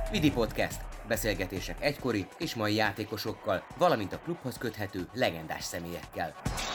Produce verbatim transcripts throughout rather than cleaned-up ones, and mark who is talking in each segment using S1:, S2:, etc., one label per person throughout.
S1: Vidi Podcast. Beszélgetések egykori és mai játékosokkal, valamint a klubhoz köthető legendás személyekkel.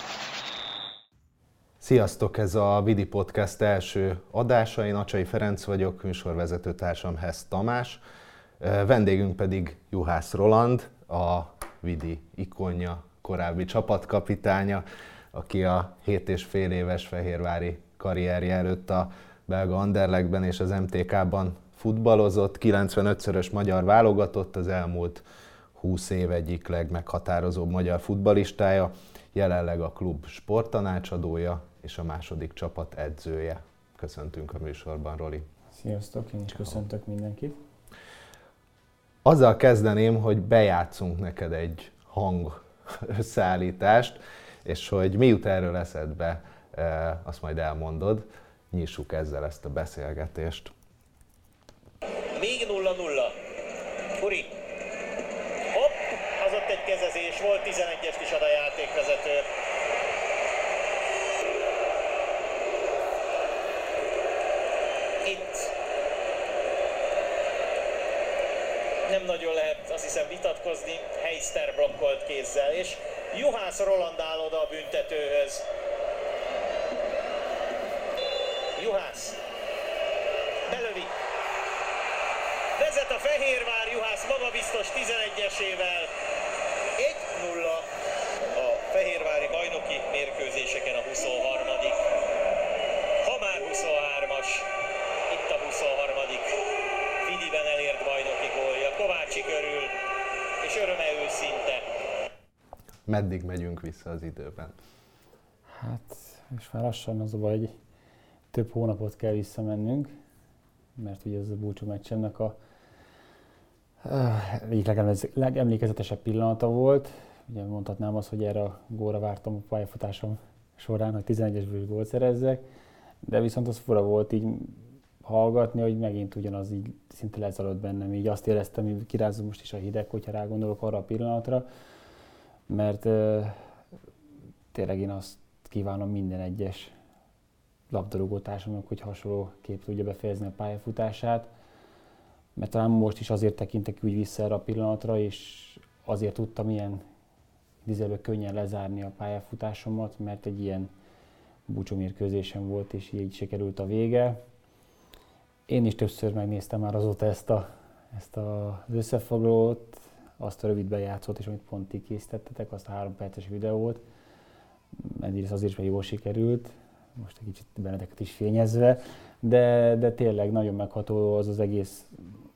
S2: Sziasztok! Ez a Vidi Podcast első adása. Én Acsai Ferenc vagyok, műsorvezetőtársam Hess Tamás. Vendégünk pedig Juhász Roland, a Vidi ikonja, korábbi csapatkapitánya, aki a hét és fél éves fehérvári karrierje előtt a belga Anderlechtben és az em té ká-ban futballozott, kilencvenötszörös magyar válogatott, az elmúlt húsz év egyik legmeghatározóbb magyar futballistája, jelenleg a klub sporttanácsadója és a második csapat edzője. Köszöntünk a műsorban, Roli.
S3: Sziasztok, én is köszöntök mindenkit.
S2: Azzal kezdeném, hogy bejátszunk neked egy hang összeállítást, és hogy mi jut erről eszedbe, azt majd elmondod. Nyissuk ezzel ezt a beszélgetést.
S4: Még nulla nulla. Furi. Hopp, az ott egy kezezés volt, tizenegyest is ad a játékvezető. Itt nem nagyon lehet, azt hiszem, vitatkozni, Heister blokkolt kézzel, és Juhász Roland áll oda a büntetőhöz. Juhász belövi. Vezet a Fehérvár, Juhász magabiztos tizenegyesével. egy nulla a fehérvári bajnoki mérkőzéseken a huszonharmadik Ha már huszonhármas, itt a huszonharmadik Vidiben elért bajnoki gólja. Kovácsi körül, és öröme őszinte.
S2: Meddig megyünk vissza az időben?
S3: Hát, és már lassan az a baj, hogy több hónapot kell visszamennünk, mert ugye ez a búcsú meccsemnek a egyik legemlékezetesebb pillanata volt. Ugye mondhatnám azt, hogy erre a gólra vártam a pályafutásom során, hogy tizenegyesből is gólt szerezzek, de viszont az fura volt így hallgatni, hogy megint ugyanaz így szinte lezalott bennem. Így azt éreztem, hogy kirázom most is a hideg, hogyha rágondolok arra a pillanatra, mert uh, tényleg én azt kívánom minden egyes labdarúgó társamnak, hogy hasonló kép tudja befejezni a pályafutását, mert talán most is azért tekintek úgy vissza erre a pillanatra, és azért tudtam ilyen idézőjelben könnyen lezárni a pályafutásomat, mert egy ilyen búcsúmérkőzésem volt, és így sikerült a vége. Én is többször megnéztem már azóta ezt, a, ezt a, az összefoglalót, azt a rövid bejátszót, és amit pont így készítettetek, azt a három perces videót. Egyrészt azért, mert jól sikerült, most egy kicsit benneteket is fényezve, de, de tényleg nagyon megható az az egész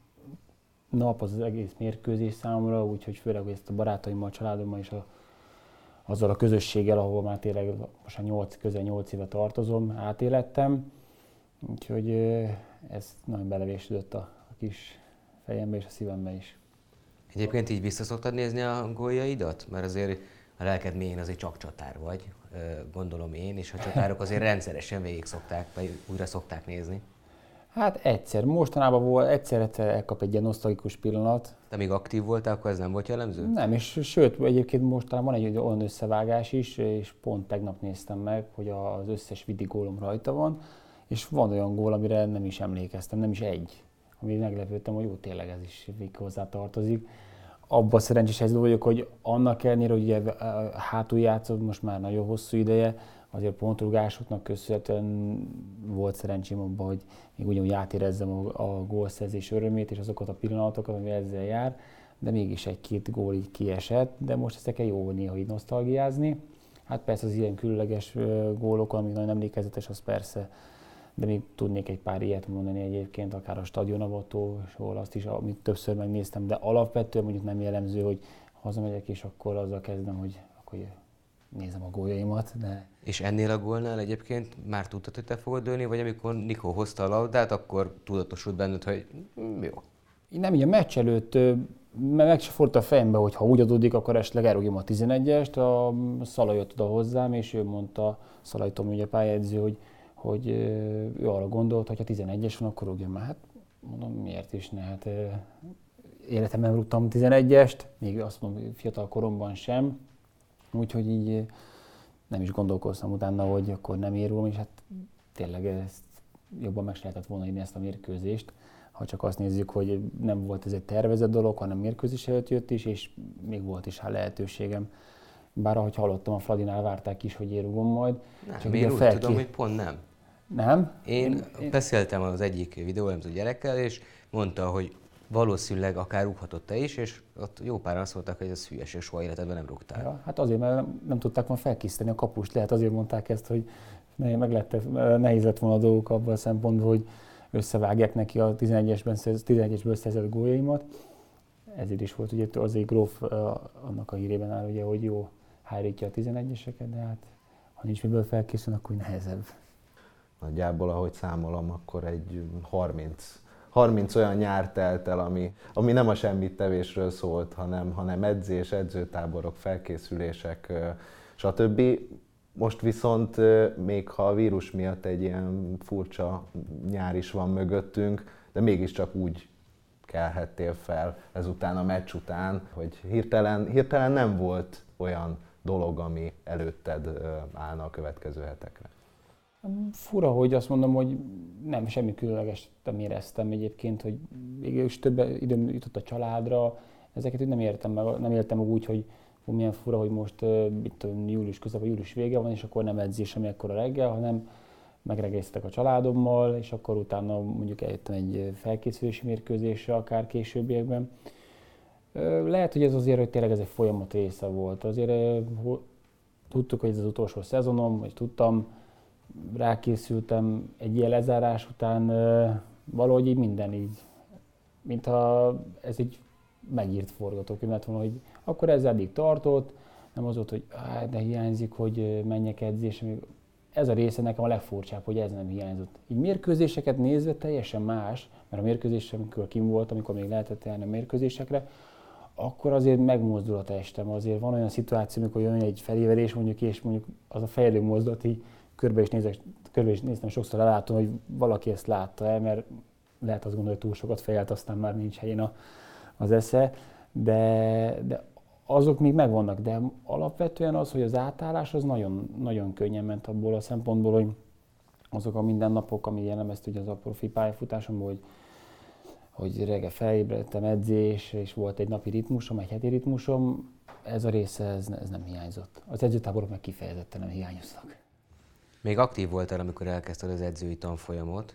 S3: nap, az az egész mérkőzés számomra, úgyhogy főleg hogy ezt a barátaimmal, a családommal és a, azzal a közösséggel, ahol már tényleg most a nyolc, közel nyolc éve tartozom, átélettem. Úgyhogy ez nagyon belevésődött a, a kis fejembe és a szívembe is.
S1: Egyébként így vissza szoktad nézni a góljaidat? Mert azért a lelked mélyén azért csak csatár vagy, gondolom én, és a csatárok azért rendszeresen végig szokták, vagy újra szokták nézni.
S3: Hát egyszer, mostanában volt, egyszer-egyszer elkap egy ilyen nosztalgikus pillanat.
S1: De még aktív voltál, akkor ez nem volt jellemző?
S3: Nem, és sőt, egyébként mostanában van egy olyan összevágás is, és pont tegnap néztem meg, hogy az összes Vidi gólom rajta van, és van olyan gól, amire nem is emlékeztem, nem is egy. Ami meglepődtem, hogy jó, tényleg ez is hozzá tartozik. Abban szerencsés helyzetben vagyok, hogy annak ellenére, hogy ugye hátul játszom most már nagyon hosszú ideje, azért pontrugásoknak köszönhetően volt szerencsém abban, hogy még ugyanúgy átérezzem a, a gólszerzés örömét és azokat a pillanatokat, ami ezzel jár, de mégis egy-két gól így kiesett, de most ezekkel jó néha így nosztalgiázni. Hát persze az ilyen különleges gólok, amik nagyon emlékezetes, az persze, de még tudnék egy pár ilyet mondani egyébként, akár a stadionavató, ahol azt is, amit többször megnéztem, de alapvetően mondjuk nem jellemző, hogy hazamegyek és akkor azzal kezdem, hogy akkor nézem a góljaimat. De...
S1: És ennél a gólnál egyébként már tudtad, hogy te fogod dőlni, vagy amikor Nikó hozta a labdát, akkor tudatosult benned, hogy mm, jó.
S3: Én nem így a meccs előtt, meg se fordult a fejembe, hogy ha úgy adódik, akkor esetleg elrúgjam a tizenegyest, a Szalai jött oda hozzám, és ő mondta, Szalai Tomi, ugye pályaedző, hogy hogy ő arra gondolt, hogy ha tizenegyes van, akkor rúgjam már. Hát mondom, miért is ne? Hát életemben rúgtam tizenegyest, még azt mondom, fiatal koromban sem. Úgyhogy így nem is gondolkoztam utána, hogy akkor nem érülöm, és hát tényleg ezt jobban meg se lehetett volna írni ezt a mérkőzést, ha csak azt nézzük, hogy nem volt ez egy tervezett dolog, hanem mérkőzés előtt jött is, és még volt is hát lehetőségem. Bár ahogy hallottam, a Fradinál várták is, hogy érugom majd.
S1: Nem, én úgy felké... tudom, hogy pont nem.
S3: Nem?
S1: Én, én beszéltem az egyik videóelemző gyerekkel, és mondta, hogy valószínűleg akár rúghatott te is, és ott jó páran azt mondták, hogy ez hülyeség, soha életedben nem rúgtál.
S3: Ja, hát azért, mert nem, nem tudták volna felkészíteni a kapust. Lehet azért mondták ezt, hogy meg lett, nehéz lett volna a dolgok abban a szempontból, hogy összevágják neki a tizenegyesben, tizenegyesből szerzett góljaimat. Ezért is volt ugye azért Gróf annak a hírében áll, ugye, hogy jó hárítja a tizenegyeseket, de hát ha nincs miből felkészülni, akkor nehezebb.
S2: Nagyjából, ahogy számolom, akkor egy harminc, harminc olyan nyár telt el, ami, ami nem a semmittevésről szólt, hanem, hanem edzés, edzőtáborok, felkészülések, stb. Most viszont még ha a vírus miatt egy ilyen furcsa nyár is van mögöttünk, de mégiscsak úgy kelhettél fel ezután a meccs után, hogy hirtelen, hirtelen nem volt olyan dolog, ami előtted állna a következő hetekre.
S3: Fura, hogy azt mondom, hogy nem, semmi különleges nem éreztem egyébként, hogy végülis több időm jutott a családra, ezeket nem értem meg, nem éltem meg úgy, hogy hú, milyen fura, hogy most mit tudom, július közep, vagy július vége van, és akkor nem edzésem ekkor a reggel, hanem megregésztek a családommal, és akkor utána mondjuk eljöttem egy felkészülési mérkőzésre, akár későbbiekben. Lehet, hogy ez azért, hogy tényleg ez egy folyamat része volt. Azért tudtuk, hogy ez az utolsó szezonom, vagy tudtam, rákészültem egy ilyen lezárás után, valahogy így minden így, mintha ez egy megírt forgatókönyv lett volna, hogy akkor ez eddig tartott, nem az volt, hogy áh, de hiányzik, hogy menjek edzésre. Ez a része nekem a legfurcsább, hogy ez nem hiányzott. Így mérkőzéseket nézve teljesen más, mert a mérkőzésre, amikor kim volt, amikor még lehetett járni a mérkőzésekre, akkor azért megmozdul a testem. Azért van olyan szituáció, amikor jön egy felévelés mondjuk, és mondjuk az a fejlő mozdulat, így körbe is, nézek, körbe is néztem, sokszor lelátom, hogy valaki ezt látta el, mert lehet azt gondolni, hogy túl sokat fejelt, aztán már nincs helyén a, az esze, de, de azok még megvannak, de alapvetően az, hogy az átállás az nagyon, nagyon könnyen ment abból a szempontból, hogy azok a mindennapok, ami jellemezte ugye az a profi pályafutásomból, hogy, hogy reggel felébredtem, edzés, és volt egy napi ritmusom, egy heti ritmusom, ez a része ez, ez nem hiányzott. Az edzőtáborok meg kifejezetten nem hiányoztak.
S1: Még aktív voltál, amikor elkezdted az edzői tanfolyamot.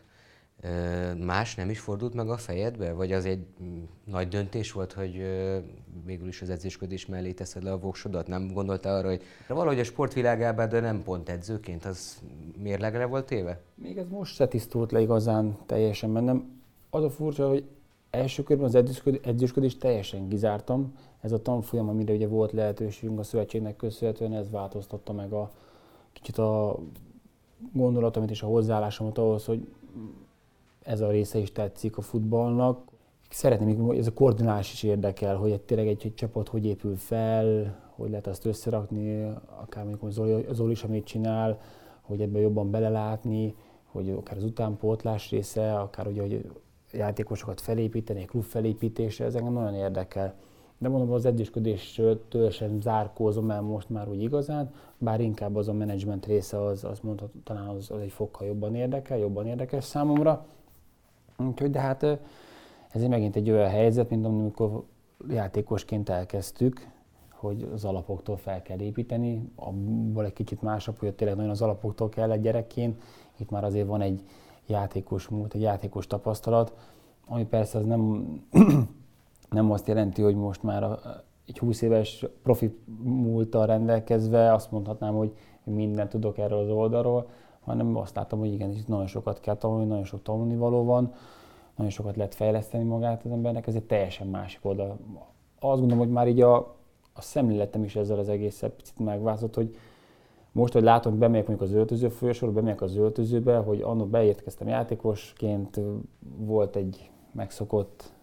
S1: Más nem is fordult meg a fejedbe? Vagy az egy nagy döntés volt, hogy végül is az edzésködés mellé teszed le a voksodat? Nem gondoltál arra, hogy valahogy a sportvilágában, de nem pont edzőként, az mérlegre volt téve?
S3: Még ez most se tisztult le igazán teljesen bennem. Az a furcsa, hogy első körben az edzősködést teljesen kizártam. Ez a tanfolyam, amire ugye volt lehetőségünk a szövetségnek köszönhetően, ez változtatta meg a kicsit a gondolatomat és a hozzáállásomat ahhoz, hogy ez a része is tetszik a futballnak. Szeretném, hogy ez a koordinálás is érdekel, hogy tényleg egy, egy csapat hogy épül fel, hogy lehet azt összerakni, akár mondjuk Zoli, Zoli is, amit csinál, hogy ebben jobban belelátni, hogy akár az utánpótlás része, akár ugye, hogy játékosokat felépíteni, egy klub felépítése, ez engem nagyon érdekel. De mondom, az edzésködéstől sem zárkózom el most már úgy igazán, bár inkább az a menedzsment része, az, az mondható, talán az, az egy fokkal jobban érdekel, jobban érdekes számomra. Úgyhogy, de hát ez megint egy olyan helyzet, mint amikor játékosként elkezdtük, hogy az alapoktól fel kell építeni, abból egy kicsit másabb, hogy tényleg nagyon az alapoktól kell egy gyerekként. Itt már azért van egy játékos múlt, egy játékos tapasztalat, ami persze az nem, nem azt jelenti, hogy most már a, egy húsz éves profi múlttal rendelkezve azt mondhatnám, hogy mindent tudok erről az oldalról, hanem azt látom, hogy igen, itt nagyon sokat kell tanulni, nagyon sok tanulnivaló van, nagyon sokat lehet fejleszteni magát az embernek, ez egy teljesen másik oldal. Azt gondolom, hogy már így a, a szemléletem is ezzel az egésszel picit megváltozott, hogy most, hogy látom, hogy bemegyek mondjuk az öltöző folyosóra, bemegyek az öltözőbe, hogy annak beérkeztem játékosként, volt egy megszokott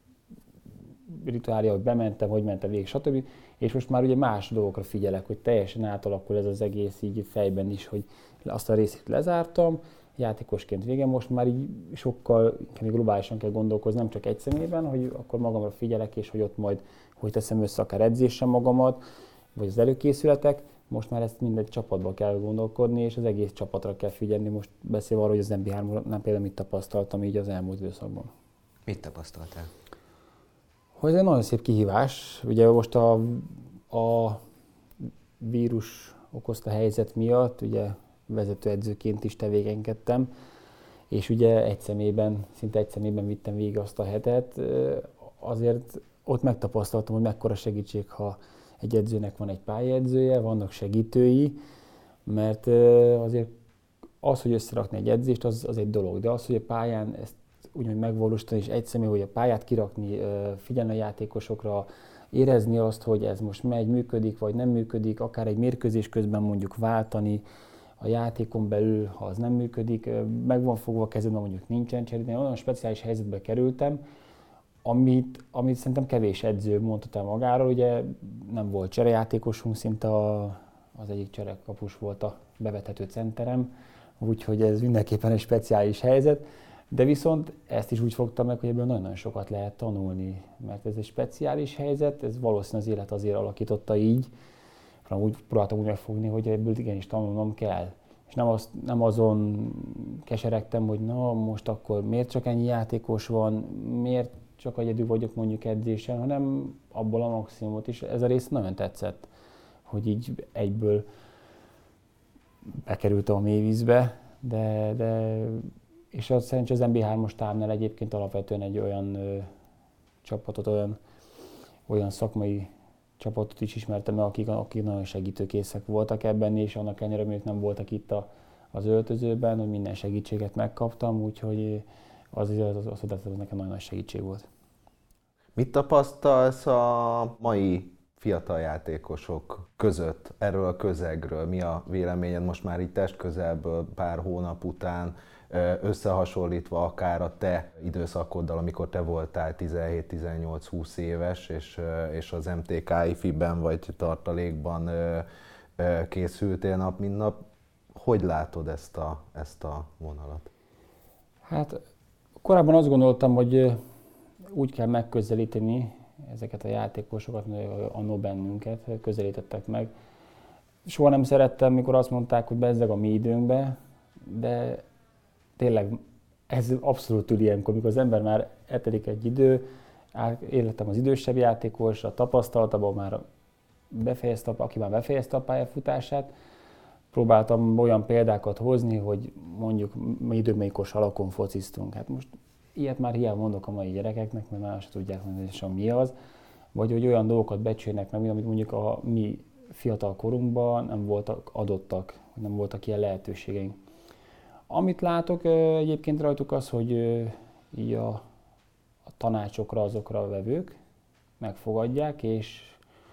S3: rituálja, hogy bementem, hogy mentem végig, stb. És most már ugye más dolgokra figyelek, hogy teljesen átalakul ez az egész így fejben is, hogy azt a részét lezártam, játékosként végem, most már így sokkal globálisan kell gondolkozni, nem csak egy személyben, hogy akkor magamra figyelek, és hogy ott majd hogy teszem össze akár edzésen magamat, vagy az előkészületek, most már ezt mindegy csapatban kell gondolkodni, és az egész csapatra kell figyelni. Most beszélve arról, hogy az em bé háromnál például mit tapasztaltam így az elmúlt időszakban.
S1: Mit tapasztaltál?
S3: Hogy ez egy nagyon szép kihívás. Ugye most a, a vírus okozta helyzet miatt, ugye vezetőedzőként is tevékenykedtem, és ugye egy személyben, szinte egy személyben vittem végig azt a hetet. Azért ott megtapasztaltam, hogy mekkora segítség, ha egy edzőnek van egy pályaedzője, vannak segítői, mert azért az, hogy összerakni egy edzést, az, az egy dolog, de az, hogy a pályán ezt úgymond megvalósítani, és egy személy, hogy a pályát kirakni, figyelni a játékosokra, érezni azt, hogy ez most megy, működik, vagy nem működik, akár egy mérkőzés közben mondjuk váltani a játékon belül, ha az nem működik, meg van fogva a kezemben, mondjuk nincsen cserélni. Olyan speciális helyzetbe kerültem, amit, amit szerintem kevés edző mondta magáról, ugye nem volt cserejátékosunk, szinte a, az egyik cserekapus volt a bevethető centerem, úgyhogy ez mindenképpen egy speciális helyzet. De viszont ezt is úgy fogtam meg, hogy ebből nagyon-nagyon sokat lehet tanulni, mert ez egy speciális helyzet, ez valószínűleg az élet azért alakította így, hanem úgy próbáltam úgy megfogni, hogy ebből igenis tanulnom kell. És nem, az, nem azon keseregtem, hogy na most akkor miért csak ennyi játékos van, miért csak egyedül vagyok mondjuk edzésen, hanem abból a maximumot is. Ez a rész nagyon tetszett, hogy így egyből bekerültem a mélyvízbe, de, de és az szerencsé az en bé hármas tábnál egyébként alapvetően egy olyan ö, csapatot, olyan, olyan szakmai csapatot is ismertem el, akik, akik nagyon segítőkészek voltak ebben, és annak ellenére, hogy nem voltak itt a, az öltözőben, hogy minden segítséget megkaptam, úgyhogy az, az, az, az, az nekem nagyon nagy segítség volt.
S2: Mit tapasztalsz a mai fiatal játékosok között, erről a közegről? Mi a véleményed most már itt testközelből pár hónap után, összehasonlítva akár a te időszakoddal, amikor te voltál tizenhét tizennyolc húsz éves, és, és az em té ká ifiben vagy tartalékban készültél nap, mint nap. Hogy látod ezt a, ezt a vonalat?
S3: Hát korábban azt gondoltam, hogy úgy kell megközelíteni ezeket a játékosokat, annó bennünket közelítettek meg. Soha nem szerettem, mikor azt mondták, hogy bezzeg a mi időnkbe, de tényleg ez abszolút ül ilyenkor, amikor az ember már eltelik egy idő, életem az idősebb játékos, a tapasztaltabban már befejezte, aki már befejezte a pályafutását. Próbáltam olyan példákat hozni, hogy mondjuk mi időmelyikor salakon fociztunk. Hát most ilyet már hiába mondok a mai gyerekeknek, mert már se tudják mondani, hogy mi az. Vagy hogy olyan dolgokat becsülnek meg, amit mondjuk a mi fiatal korunkban nem voltak adottak, nem voltak ilyen lehetőségeink. Amit látok egyébként rajtuk az, hogy így a, a tanácsokra, azokra a vevők megfogadják, és,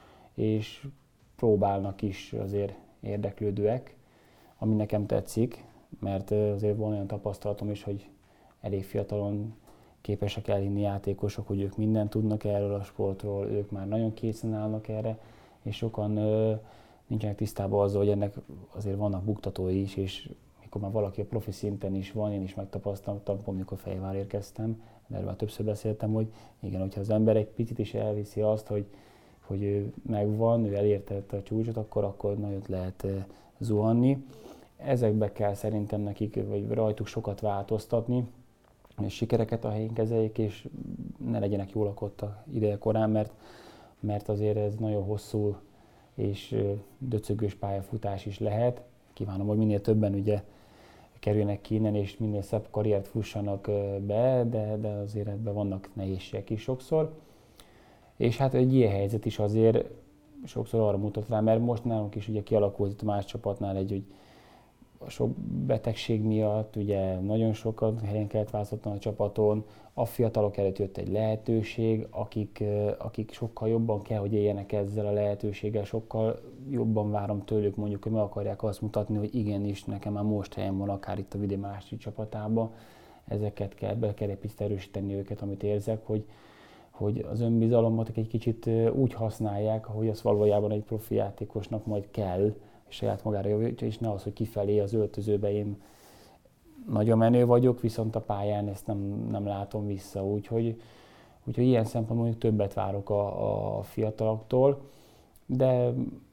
S3: és próbálnak is azért érdeklődőek, ami nekem tetszik, mert azért van olyan tapasztalatom is, hogy elég fiatalon képesek elhinni játékosok, hogy ők mindent tudnak erről a sportról, ők már nagyon készen állnak erre, és sokan ö, nincsenek tisztában azzal, hogy ennek azért vannak buktatói is, és mikor már valaki a profi szinten is van, én is megtapasztaltam, pont mikor Fejvár érkeztem, de erről már többször beszéltem, hogy igen, hogyha az ember egy picit is elviszi azt, hogy, hogy ő megvan, ő elérte a csúcsot, akkor, akkor nagyot lehet uh, zuhanni. Ezekbe kell szerintem nekik, vagy rajtuk sokat változtatni, és sikereket a helyén kezeljék, és ne legyenek jól lakottak ideje korán, mert, mert azért ez nagyon hosszú és uh, döcögős pályafutás is lehet. Kívánom, hogy minél többen ugye kerüljenek ki innen, és minél szebb karriert fussanak be, de, de azért ebben vannak nehézségek is sokszor. És hát egy ilyen helyzet is azért sokszor arra mutat rá, mert most nálunk is ugye kialakult itt más csapatnál egy, hogy a sok betegség miatt ugye nagyon sokat helyen kellett változtatni a csapaton, a fiatalok előtt jött egy lehetőség, akik, akik sokkal jobban kell, hogy éljenek ezzel a lehetőséggel, sokkal jobban várom tőlük mondjuk, hogy meg akarják azt mutatni, hogy igenis, nekem már most helyen van, akár itt a Vidi másik csapatában. Ezeket kell, be kell egy picit erősíteni őket, amit érzek, hogy, hogy az önbizalomat egy kicsit úgy használják, ahogy az valójában egy profi játékosnak majd kell, és saját magára javítja, és ne az, hogy kifelé az öltözőbe én nagyon menő vagyok, viszont a pályán ezt nem, nem látom vissza. Úgyhogy, úgyhogy ilyen szempontból mondjuk többet várok a, a fiataloktól, de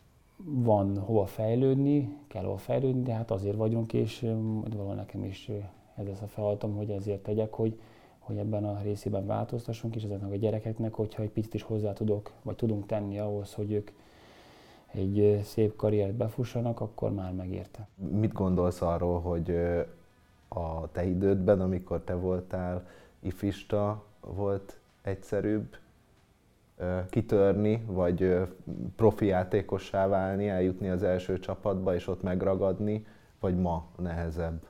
S3: van hova fejlődni, kell hova fejlődni, de hát azért vagyunk, és valahol nekem is ez lesz a feladatom, hogy ezért tegyek, hogy, hogy ebben a részében változtassunk, és ezeknek a gyerekeknek, hogyha egy picit is hozzá tudok, vagy tudunk tenni ahhoz, hogy ők egy szép karriert befussanak, akkor már megérte.
S2: Mit gondolsz arról, hogy a te idődben, amikor te voltál ifista, volt egyszerűbb kitörni, vagy profi játékossá válni, eljutni az első csapatba és ott megragadni, vagy ma nehezebb?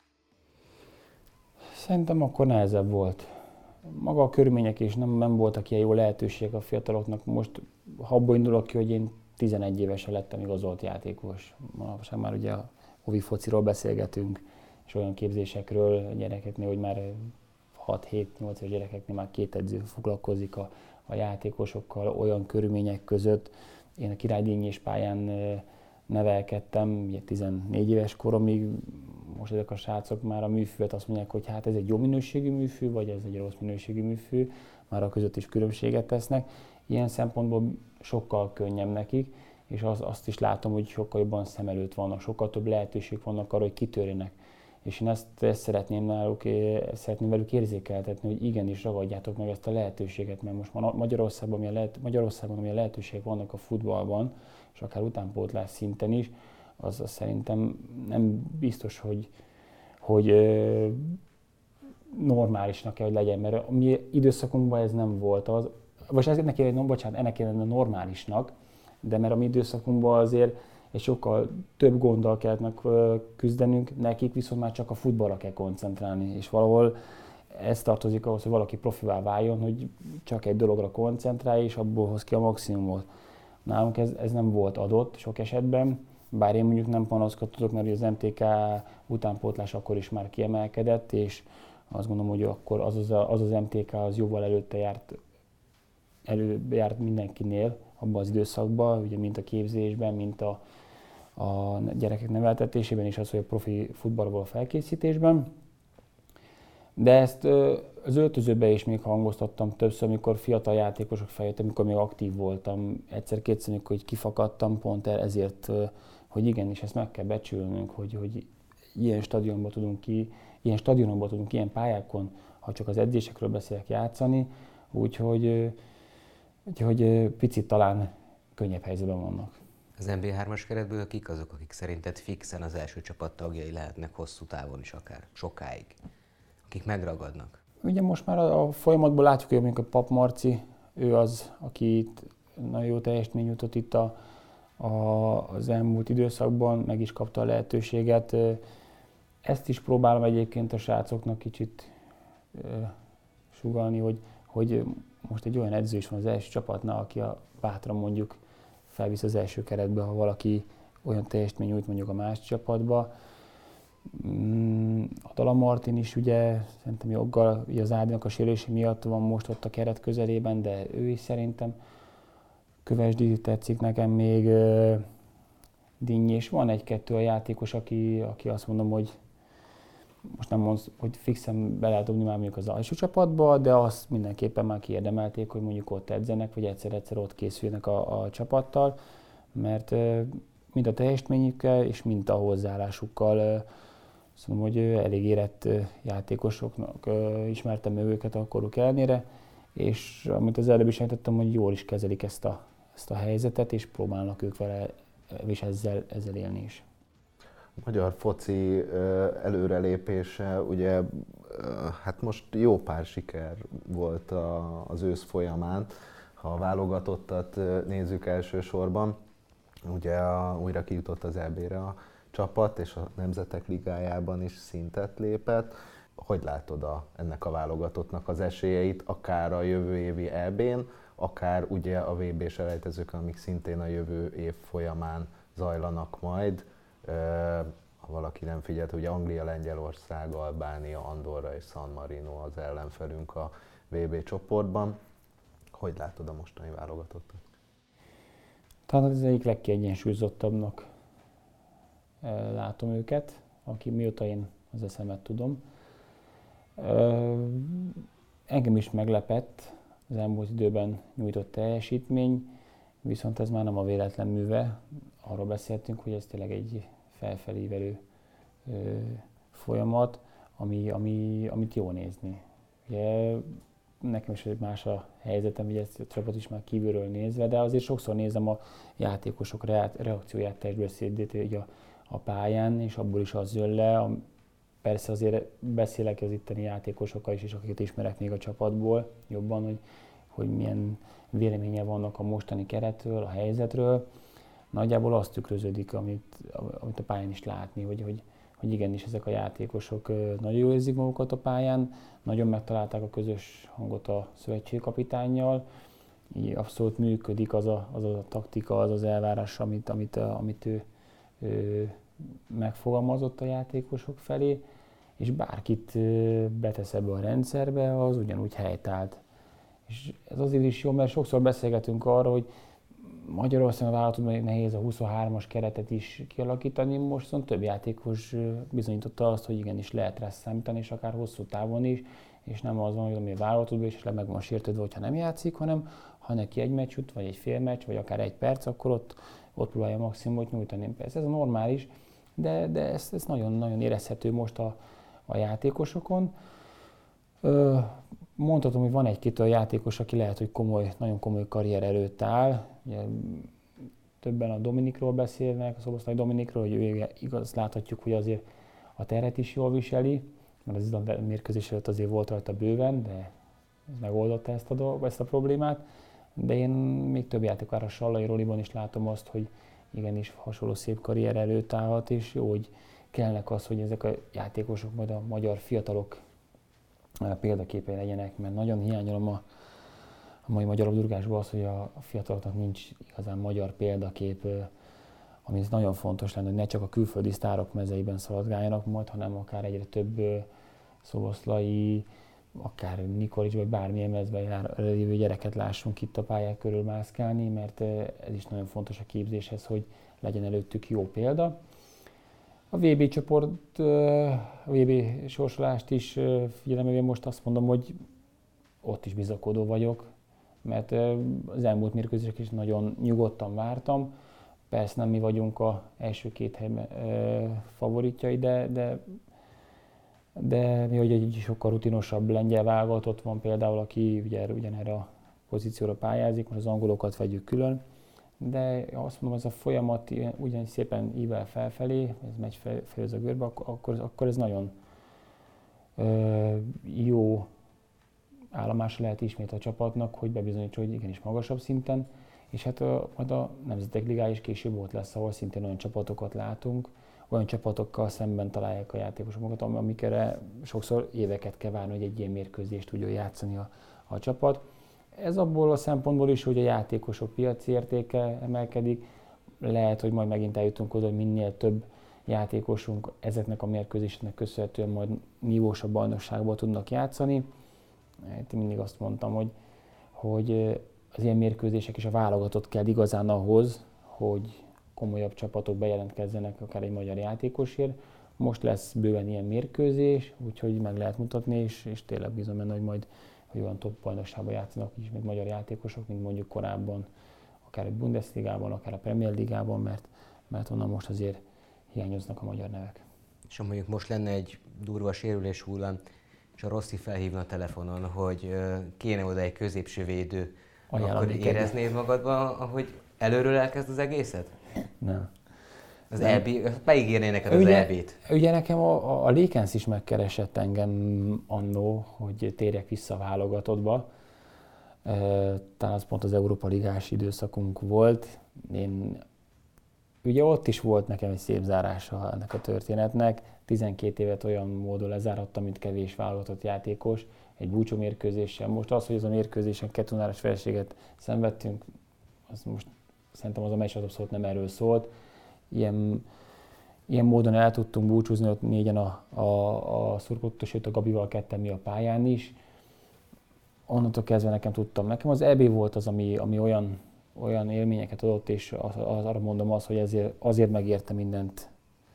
S3: Szerintem akkor nehezebb volt. Maga a körülmények is nem, nem voltak ilyen jó lehetőségek a fiataloknak. Most, ha abból indulok ki, hogy én tizenegy évesen lettem igazolt játékos. Manapság már ugye a ovi fociról beszélgetünk, és olyan képzésekről a gyerekeknél, hogy már hat-hét-nyolc éves gyerekeknél már két edző foglalkozik a, a játékosokkal olyan körülmények között. Én a Király Dinnyés pályán nevelkedtem, ugye tizennégy éves koromig, most ezek a srácok már a műfűvet azt mondják, hogy hát ez egy jó minőségű műfű, vagy ez egy rossz minőségű műfű, már a között is különbséget tesznek. Ilyen szempontból sokkal könnyebb nekik, és az, azt is látom, hogy sokkal jobban szem előtt vannak, sokkal több lehetőség vannak arra, hogy kitörjenek. És én ezt, ezt szeretném náluk, ezt szeretném velük érzékeltetni, hogy igenis ragadjátok meg ezt a lehetőséget, mert most Magyarországon, amilyen, lehet, Magyarországon, amilyen lehetőségek vannak a futballban, és akár utánpótlás szinten is, az, az szerintem nem biztos, hogy, hogy ö, normálisnak kell, hogy legyen, mert a mi időszakunkban ez nem volt az, vagy ennek kellene, bocsánat, ennek kellene normálisnak, de mert a mi időszakunkban azért egy sokkal több gonddal kellett küzdenünk, nekik viszont már csak a futballra kell koncentrálni, és valahol ez tartozik ahhoz, hogy valaki profivá váljon, hogy csak egy dologra koncentrálj, és abból hoz ki a maximumot. Nálunk ez, ez nem volt adott sok esetben, bár én mondjuk nem panaszkodhatok, mert az em té ká utánpótlás akkor is már kiemelkedett, és azt gondolom, hogy akkor az az, az, az em té ká az jóval előtte járt, előbb járt mindenkinél abban az időszakban, ugye mint a képzésben, mint a, a gyerekek neveltetésében, és az, hogy a profi futballból a felkészítésben. De ezt az öltözőben is még hangoztattam többször, amikor fiatal játékosok feljöttem, amikor még aktív voltam. Egyszer-kétszer, amikor kifakadtam, pont ezért, hogy igenis ezt meg kell becsülnünk, hogy, hogy ilyen stadionban tudunk ki, ilyen stadionokban tudunk, ilyen pályákon, ha csak az edzésekről beszélek, játszani, úgyhogy úgyhogy picit talán könnyebb helyzetben vannak.
S1: Az en bé hármas keretből kik azok, akik szerinted fixen az első csapat tagjai lehetnek hosszú távon is akár, sokáig? Akik megragadnak?
S3: Ugye most már a, a folyamatból látjuk, hogy mondjuk a Pap Marci, ő az, aki itt nagyon jó teljesítmény jutott itt a, a, az elmúlt időszakban, meg is kapta a lehetőséget. Ezt is próbálom egyébként a srácoknak kicsit e, sugallni, hogy, hogy most egy olyan edző is van az első csapatnál, aki a bátran mondjuk felvisz az első keretbe, ha valaki olyan teljesítmény nyújt mondjuk a más csapatba. A Dala Martin is ugye szerintem joggal, ugye az Ádinak a sérülése miatt van most ott a keret közelében, de ő is szerintem Kövesdi tetszik nekem még, Dinnyi, és van egy-kettő a játékos, aki, aki azt mondom, hogy most nem mondom, hogy fixen be lehet dobni már mondjuk az alsó csapatba, de azt mindenképpen már kiérdemelték, hogy mondjuk ott edzenek, vagy egyszer-egyszer ott készülnek a, a csapattal, mert mind a teljesítményükkel és mind a hozzáállásukkal azt mondom, hogy elég érett játékosoknak ismertem őket a koruk ellenére, és amit az előbb is említettem, hogy jól is kezelik ezt a, ezt a helyzetet, és próbálnak ők vele és ezzel, ezzel élni is.
S2: A magyar foci előrelépése, ugye hát most jó pár siker volt az ősz folyamán, ha a válogatottat nézzük elsősorban. Ugye a, újra kijutott az é bé-re a csapat, és a Nemzetek Ligájában is szintet lépett. Hogy látod a, ennek a válogatottnak az esélyeit, akár a jövő évi é bén, akár ugye a vé bé selejtezők, amik szintén a jövő év folyamán zajlanak majd? Ha valaki nem figyelt, ugye Anglia, Lengyelország, Albánia, Andorra és San Marino az ellenfelünk a vé bé csoportban. Hogy látod a mostani válogatottat?
S3: Talán az egyik legkiegyensúlyozottabbnak látom őket, aki mióta én az eszemet tudom. Engem is meglepett az elmúlt időben nyújtott teljesítmény, viszont ez már nem a véletlen műve. Arról beszéltünk, hogy ez tényleg egy felfelévelő folyamat, ami, ami, amit jó nézni. Ugye, nekem is más a helyzetem, ugye ezt a csapat is már kívülről nézve, de azért sokszor nézem a játékosok reakcióját, testbeszédét ugye a, a pályán, és abból is az jön le. A, persze azért beszélek az itteni játékosokkal is, és akiket ismerek még a csapatból jobban, hogy, hogy milyen véleménye vannak a mostani keretről, a helyzetről. Nagyjából azt tükröződik, amit, amit a pályán is látni, hogy, hogy, hogy igenis ezek a játékosok nagyon jól érzik magukat a pályán, nagyon megtalálták a közös hangot a szövetségkapitánnyal, így abszolút működik az a, az a taktika, az az elvárás, amit, amit, amit ő, ő megfogalmazott a játékosok felé, és bárkit betesz ebbe a rendszerbe, az ugyanúgy helytált. És ez azért is jó, mert sokszor beszélgetünk arról, hogy Magyarországon a vállalatodban nehéz a huszonhármas keretet is kialakítani, most viszont több játékos bizonyította azt, hogy igenis lehet rá számítani, és akár hosszú távon is, és nem az van, hogy ami a vállalatodban is meg van sértődve, hogyha nem játszik, hanem ha neki egy meccs jut, vagy egy fél meccs, vagy akár egy perc, akkor ott, ott próbálja maximumot nyújtani. Persze ez a normális, de, de ez, ez nagyon-nagyon érezhető most a, a játékosokon. Ö, mondhatom, hogy van egy-két olyan játékos, aki lehet, hogy komoly, nagyon komoly karrier előtt áll. Ugye, többen a Dominikról beszélnek, a Szoboszlai Dominikról, hogy ő igaz, láthatjuk, hogy azért a terhet is jól viseli, mert az izland mérkőzés előtt azért volt rajta bőven, de ez megoldotta ezt a, dolg, ezt a problémát. De én még több játékosra, a Sallai Roliban is látom azt, hogy igenis hasonló szép karrier előtt állhat, és jó, hogy kellnek az, hogy ezek a játékosok majd a magyar fiatalok példaképei legyenek, mert nagyon hiányolom a, a mai magyar labdarúgásban az, hogy a, a fiataloknak nincs igazán magyar példakép, ami nagyon fontos lenne, hogy ne csak a külföldi sztárok mezeiben szaladgáljanak majd, hanem akár egyre több szoboszlai, akár Nikolics, vagy bármilyen mezben jár lévő gyereket lássunk itt a pályák körül mászkálni, mert ez is nagyon fontos a képzéshez, hogy legyen előttük jó példa. A vé bé csoport, a vé bé sorsolást is figyelembe most azt mondom, hogy ott is bizakodó vagyok, mert az elmúlt mérkőzések is nagyon nyugodtan vártam. Persze nem mi vagyunk az első két helyben favoritjai, de, de, de mi, hogy egy sokkal rutinosabb lengyel válogatott van például, aki ugye, ugyanerre a pozícióra pályázik, most az angolokat vegyük külön. De azt mondom, ez a folyamat ugyanis szépen ível felfelé, ez megy fel, fel ez a görbe, akkor, akkor ez nagyon ö, jó állomása lehet ismét a csapatnak, hogy bebizonyítsa, hogy igenis magasabb szinten. És hát a, majd a Nemzetek Ligája is később ott lesz, ahol szintén olyan csapatokat látunk, olyan csapatokkal szemben találják a játékosokat, amikre sokszor éveket kell várni, hogy egy ilyen mérkőzést tudjon játszani a, a csapat. Ez abból a szempontból is, hogy a játékosok piaci értéke emelkedik. Lehet, hogy majd megint eljutunk oda, hogy minél több játékosunk ezeknek a mérkőzéseknek köszönhetően majd nívósabb bajnokságban tudnak játszani. Én mindig azt mondtam, hogy, hogy az ilyen mérkőzések is a válogatott kell igazán ahhoz, hogy komolyabb csapatok bejelentkezzenek akár egy magyar játékosért. Most lesz bőven ilyen mérkőzés, úgyhogy meg lehet mutatni, és, és tényleg bízom benne, hogy majd hogy olyan top bajnokságban játszanak is, mint magyar játékosok, mint mondjuk korábban, akár egy Bundesligában, akár a Premier Ligában, mert, mert onnan most azért hiányoznak a magyar nevek.
S1: És ha mondjuk most lenne egy durva sérülés hullám, és a Rossi felhívna a telefonon, hogy kéne oda egy középső védő, ajánlani akkor éreznéd kell magadban, ahogy előről elkezd az egészet?
S3: Nem.
S1: Az é bé, beígérné neked az
S3: ugye,
S1: é bét?
S3: Ugye nekem a, a Lékensz is megkeresett engem annó, hogy térjek vissza a válogatottba. E, talán az pont az Európa Ligás időszakunk volt. Én, ugye ott is volt nekem egy szép zárása ennek a történetnek. tizenkét évet olyan módon lezárattam, mint kevés válogatott játékos, egy búcsú mérkőzéssel. Most az, hogy az a mérkőzésen kettőnáros vereséget szenvedtünk, az most szerintem az a meccs abszolút nem erről szólt. Ilyen, ilyen módon el tudtunk búcsúzni ott négyen a, a, a szurkolóktól, sőt a Gabival ketten mi a pályán is. Onnantól kezdve nekem tudtam. Nekem az é bé volt az, ami, ami olyan, olyan élményeket adott, és az, az, arra mondom azt, hogy ezért, azért megérte mindent,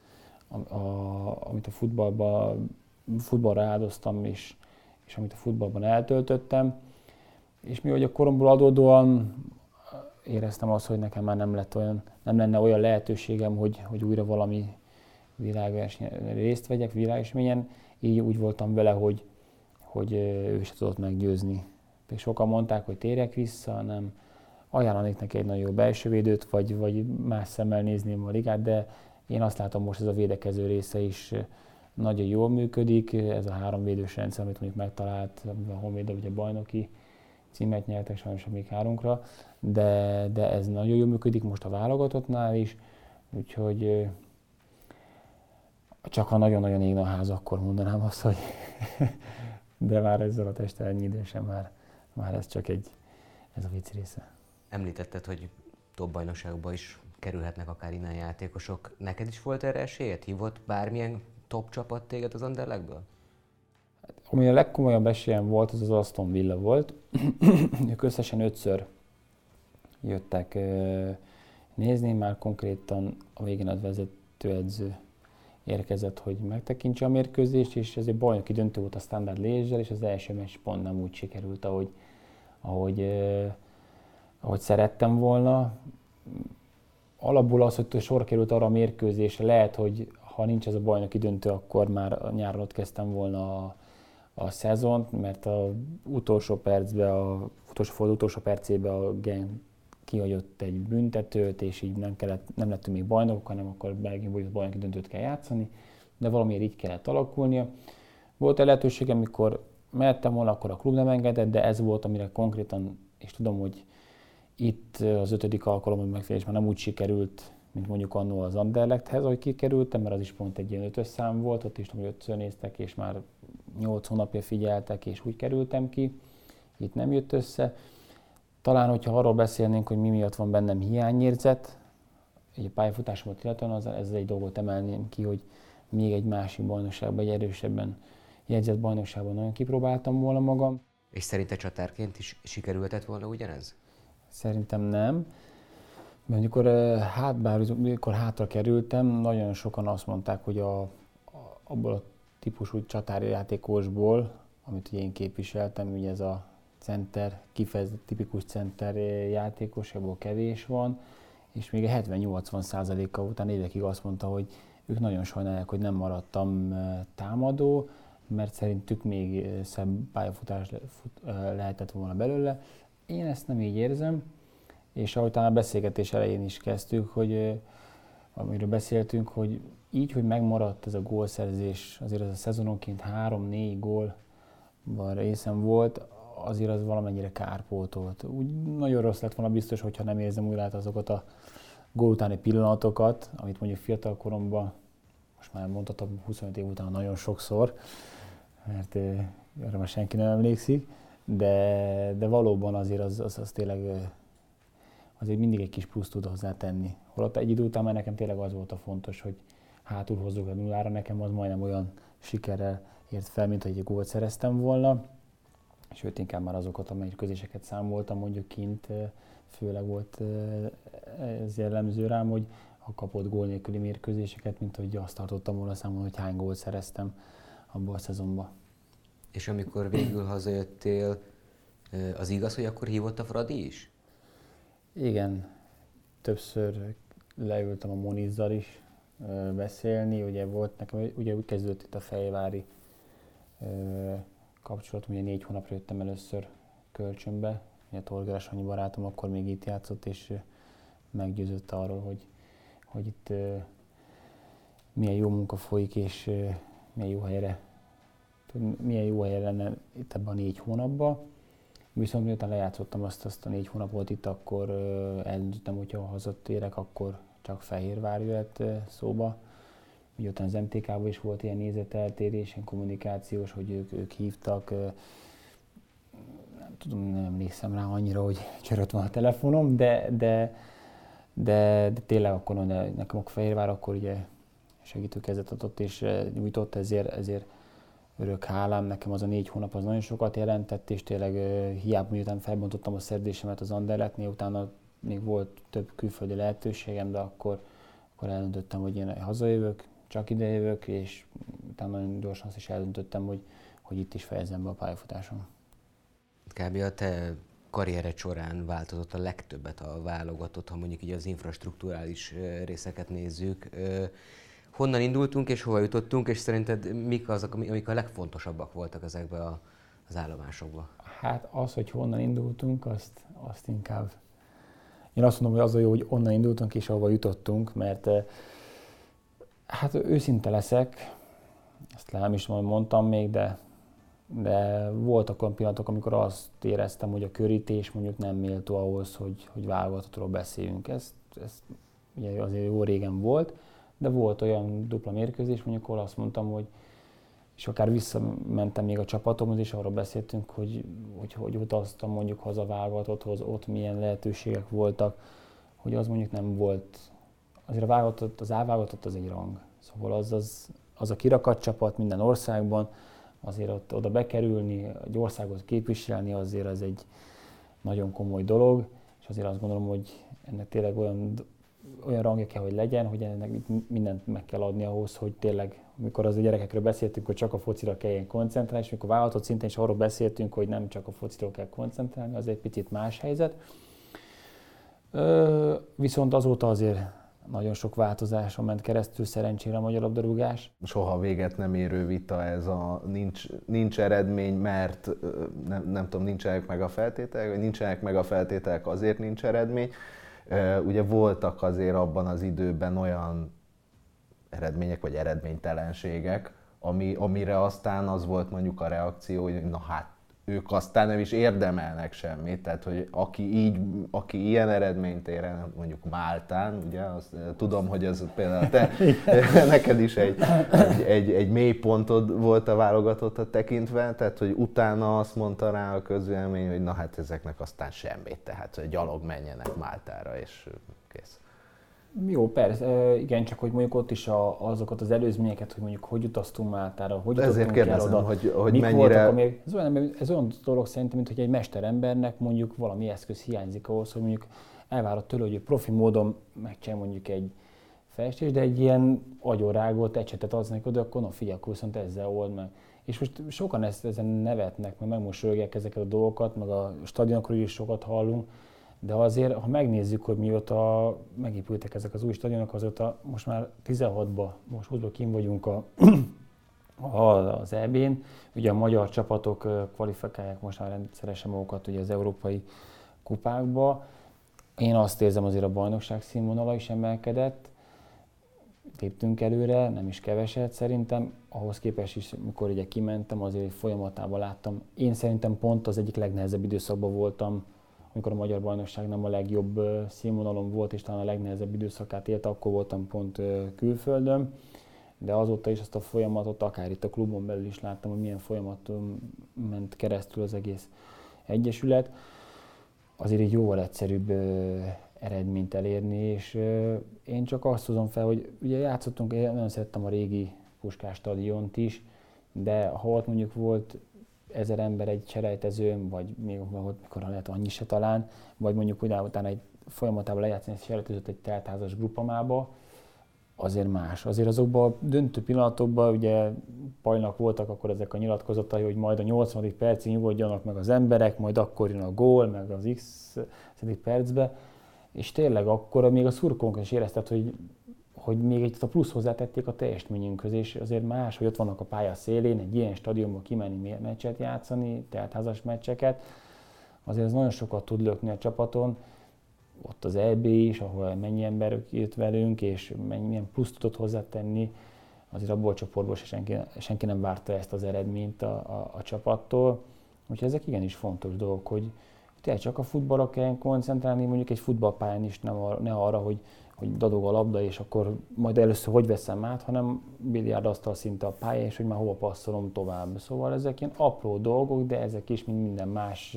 S3: a, a, amit a futballban, futballra áldoztam, és, és amit a futballban eltöltöttem. És mi, hogy a koromból adódóan éreztem azt, hogy nekem már nem, lett olyan, nem lenne olyan lehetőségem, hogy, hogy újra valami világversenyen részt vegyek, világeseményen. Így úgy voltam vele, hogy, hogy ő se tudott meggyőzni. Még sokan mondták, hogy térjek vissza, nem ajánlanék neki egy nagyon jó belsővédőt, vagy, vagy más szemmel nézném a ligát, de én azt látom, most ez a védekező része is nagyon jól működik. Ez a három védős rendszer, amit mondjuk megtalált, a Honvéd ugye bajnoki címet nyertek, sajnos még hárunkra, de, de ez nagyon jól működik most a válogatottnál is, úgyhogy csak ha nagyon-nagyon égne a ház, akkor mondanám azt, hogy de már ezzel a testtel ennyi idősen már, már ez csak egy, ez a vicc része.
S1: Említetted, hogy top bajnokságba is kerülhetnek akár innen játékosok. Neked is volt erre esélyed? Hívott bármilyen top csapat téged az Anderlechtből?
S3: Ami a legkomolyabb esélyem volt, az az Aston Villa volt. Ők összesen ötször jöttek nézni, már konkrétan a végén az vezetőedző érkezett, hogy megtekintse a mérkőzést, és ez egy bajnoki döntő volt a Standard Liège-sel, és az első meccs pont nem úgy sikerült, ahogy, ahogy, eh, ahogy szerettem volna. Alapból az, hogy sor került arra a mérkőzésre, lehet, hogy ha nincs ez a bajnoki döntő, akkor már nyáron ott kezdtem volna a, a szezont, mert a utolsó percben, a utolsó forduló utolsó percében a Genk kihagyott egy büntetőt, és így nem, kellett, nem lettünk még bajnokok, hanem akkor Belgiumban bajnoki döntőt kell játszani, de valamiért így kellett alakulnia. Volt egy lehetőség, amikor mehettem volna, akkor a klub nem engedett, de ez volt, amire konkrétan, és tudom, hogy itt az ötödik alkalom, hogy megfelelés már nem úgy sikerült, mint mondjuk annól az Anderlechthez, ahogy kikerültem, mert az is pont egy ilyen ötös szám volt, ott is tudom, hogy ötször néztek, és már nyolc hónapja figyeltek, és úgy kerültem ki. Itt nem jött össze. Talán, hogyha arról beszélnénk, hogy mi miatt van bennem hiányérzet, egy a pályafutásomat illetően, az, ez egy dolgot emelném ki, hogy még egy másik bajnokságban, egy erősebben jegyzett bajnokságban nagyon kipróbáltam volna magam.
S1: És szerinted csatárként is sikerülhetett volna ugyanez?
S3: Szerintem nem. Mert amikor, hát, bár, amikor hátra kerültem, nagyon sokan azt mondták, hogy a, a, abból a típusú csatárjátékosból, amit ugye én képviseltem, ugye ez a center, kifejezett tipikus center játékos, abból kevés van, és még a hetven-nyolcvan százaléka után évekig azt mondta, hogy ők nagyon sajnálják, hogy nem maradtam támadó, mert szerintük még szebb pályafutás lehetett volna belőle. Én ezt nem így érzem, és ahogy talán a beszélgetés elején is kezdtük, hogy amiről beszéltünk, hogy így, hogy megmaradt ez a gólszerzés, azért ez a szezononként három-négy gólban részem volt, azért az valamennyire kárpótolt. Úgy nagyon rossz lett volna biztos, hogyha nem érzem úgy át azokat a gól utáni pillanatokat, amit mondjuk fiatal koromban, most már mondhatom huszonöt év után nagyon sokszor, mert erre már senki nem emlékszik, de, de valóban azért az, az, az tényleg azért mindig egy kis plusz tud hozzátenni. Holott egy idő után már nekem tényleg az volt a fontos, hogy hátul hozzuk a nullára, nekem az majdnem olyan sikerrel ért fel, mint hogy egy gólt szereztem volna. Sőt, inkább már azokat a mérkőzéseket számoltam, mondjuk kint, főleg volt ez jellemző rám, hogy a kapott gól nélküli mérkőzéseket, mint hogy azt tartottam volna számon, hogy hány gólt szereztem abban a szezonban.
S1: És amikor végül hazajöttél, az igaz, hogy akkor hívott a Fradi is?
S3: Igen, többször leültem a Monizzal is beszélni, ugye volt nekem, ugye úgy kezdődött itt a fejvári kapcsolatom, ugye négy hónapra jöttem először kölcsönbe, ugye Torgár Sanyi barátom akkor még itt játszott, és meggyőzött arról, hogy, hogy itt milyen jó munka folyik, és milyen jó helyre, milyen jó helyre lenne itt ebben a négy hónapban. Viszont miután lejátszottam azt, azt a négy hónapot itt, akkor eldöntöttem, hogy ha hazatérek, akkor csak Fehérvár jöhet szóba. Miután az em té ká-ban is volt ilyen nézeteltérés, ilyen kommunikációs, hogy ők, ők hívtak. Nem tudom, nem emlékszem rá annyira, hogy csörött van a telefonom, de, de, de, de tényleg akkor nekem a Fehérvár akkor ugye segítőkezet adott és nyújtott, ezért, ezért örök hálám, nekem az a négy hónap az nagyon sokat jelentett, és tényleg hiába miután felbontottam a szerződésémet az Anderlechtnél, utána még volt több külföldi lehetőségem, de akkor, akkor eldöntöttem, hogy én hazajövök, csak ide jövök, és utána nagyon gyorsan azt is eldöntöttem, hogy, hogy itt is fejezem be a pályafutásom.
S1: Kb. A te karriered során változott a legtöbbet a válogatott, ha mondjuk így az infrastrukturális részeket nézzük. Honnan indultunk és hova jutottunk, és szerinted mik azok, amik a legfontosabbak voltak ezekben a az állomásokba?
S3: Hát az, hogy honnan indultunk, azt, azt inkább... Én azt mondom, hogy az a jó, hogy onnan indultunk és ahova jutottunk, mert hát őszinte leszek, ezt nem is mondtam még, de, de voltak olyan pillanatok, amikor azt éreztem, hogy a körítés mondjuk nem méltó ahhoz, hogy, hogy válogatottról beszéljünk. Ez, ez ugye azért jó régen volt, de volt olyan dupla mérkőzés, mondjuk ahol azt mondtam, hogy és akár visszamentem még a csapatomhoz, és arról beszéltünk, hogy, hogy, hogy utaztam mondjuk haza válogatotthoz, ott milyen lehetőségek voltak, hogy az mondjuk nem volt. Azért a válogatott, az A-válogatott az egy rang. Szóval az, az, az a kirakat csapat minden országban, azért ott, oda bekerülni, egy országot képviselni, azért az egy nagyon komoly dolog, és azért azt gondolom, hogy ennek tényleg olyan, olyan rangja kell, hogy legyen, hogy ennek mindent meg kell adni ahhoz, hogy tényleg, amikor az a gyerekekről beszéltünk, hogy csak a focira kelljen koncentrálni, és amikor vállalatot szinten is arról beszéltünk, hogy nem csak a fociról kell koncentrálni, az egy picit más helyzet. Ö, viszont azóta azért nagyon sok változáson ment keresztül szerencsére a magyar labdarúgás.
S2: Soha véget nem érő vita ez a nincs, nincs eredmény, mert nem, nem tudom, nincsenek meg a feltételek, vagy nincsenek meg a feltételek, azért nincs eredmény. Ugye voltak azért abban az időben olyan eredmények, vagy eredménytelenségek, ami, amire aztán az volt mondjuk a reakció, hogy na hát, ők aztán nem is érdemelnek semmit, tehát hogy aki, így, aki ilyen eredményt ér el, mondjuk Máltán, ugye, azt, tudom, hogy ez például te, neked is egy, egy, egy, egy mélypontod volt a válogatottat tekintve, tehát hogy utána azt mondta rá a közvélemény, hogy na hát ezeknek aztán semmit, tehát hogy gyalog menjenek Máltára, és kész.
S3: Jó, persze, igen, csak hogy mondjuk ott is a, azokat az előzményeket, hogy mondjuk hogy utaztunk Máltára, hogy
S2: ezért kérdezem, oda, hogy, hogy
S3: mik
S2: mennyire...
S3: voltak, amíg, ez, olyan, ez olyan dolog szerintem, mint hogy egy mesterembernek mondjuk valami eszköz hiányzik ahhoz, hogy mondjuk elvárod tőle, hogy profi módon megcsinálj mondjuk egy festést, de egy ilyen agyorágolt ecsetet adsz neki oda, akkor na figyelj, akkor viszont ezzel old meg. És most sokan ezt, ezen nevetnek, meg megmosolyogják ezeket a dolgokat, meg a stadionokról is sokat hallunk, de azért, ha megnézzük, hogy mióta megépültek ezek az új stadionok, azóta most már tizenhatban, most húszban kint vagyunk a, a, az é bén. Ugye a magyar csapatok kvalifikálják most már rendszeresen magukat ugye az európai kupákba. Én azt érzem, azért a bajnokság színvonala is emelkedett. Léptünk előre, nem is keveset szerintem. Ahhoz képest is, mikor ugye kimentem, azért folyamatában láttam. Én szerintem pont az egyik legnehezebb időszakban voltam, amikor a magyar bajnokság nem a legjobb színvonalon volt, és talán a legnehezebb időszakát élte, akkor voltam pont külföldön. De azóta is azt a folyamatot, akár itt a klubon belül is láttam, hogy milyen folyamaton ment keresztül az egész egyesület. Azért így jóval egyszerűbb eredményt elérni, és én csak azt hozom fel, hogy ugye játszottunk, én nagyon szerettem a régi Puskás stadiont is, de ha ott mondjuk volt ezer ember egy selejtezőn, vagy még ott mikor lehet annyi se talán, vagy mondjuk utána egy folyamatában lejátszani egy selejtezőt egy teltházas grupamába, azért más. Azért azokban a döntő pillanatokban ugye Pajnak voltak akkor ezek a nyilatkozatai, hogy majd a nyolcvadik percig nyugodjanak meg az emberek, majd akkor jön a gól, meg az x percbe, és tényleg akkor még a szurkolók is érezted, hogy hogy még egy plusz hozzátették a teljesítményünkhöz, és azért más, hogy ott vannak a pálya szélén, egy ilyen stadionban kimenni meccset játszani, teltházas meccseket, azért ez nagyon sokat tud lökni a csapaton. Ott az é bé is, ahol mennyi ember jött velünk, és mennyi, milyen plusz tudott hozzátenni, azért abból a csoportból senki, senki nem várta ezt az eredményt a, a, a csapattól. Úgyhogy ezek igenis fontos dolgok, hogy tényleg csak a futballra kell koncentrálni, mondjuk egy futballpályán is, nem arra, ne arra, hogy hogy dadog a labda, és akkor majd először hogy veszem át, hanem biliárdasztal szinte a pálya, és hogy már hova passzolom tovább. Szóval ezek ilyen apró dolgok, de ezek is, mint minden más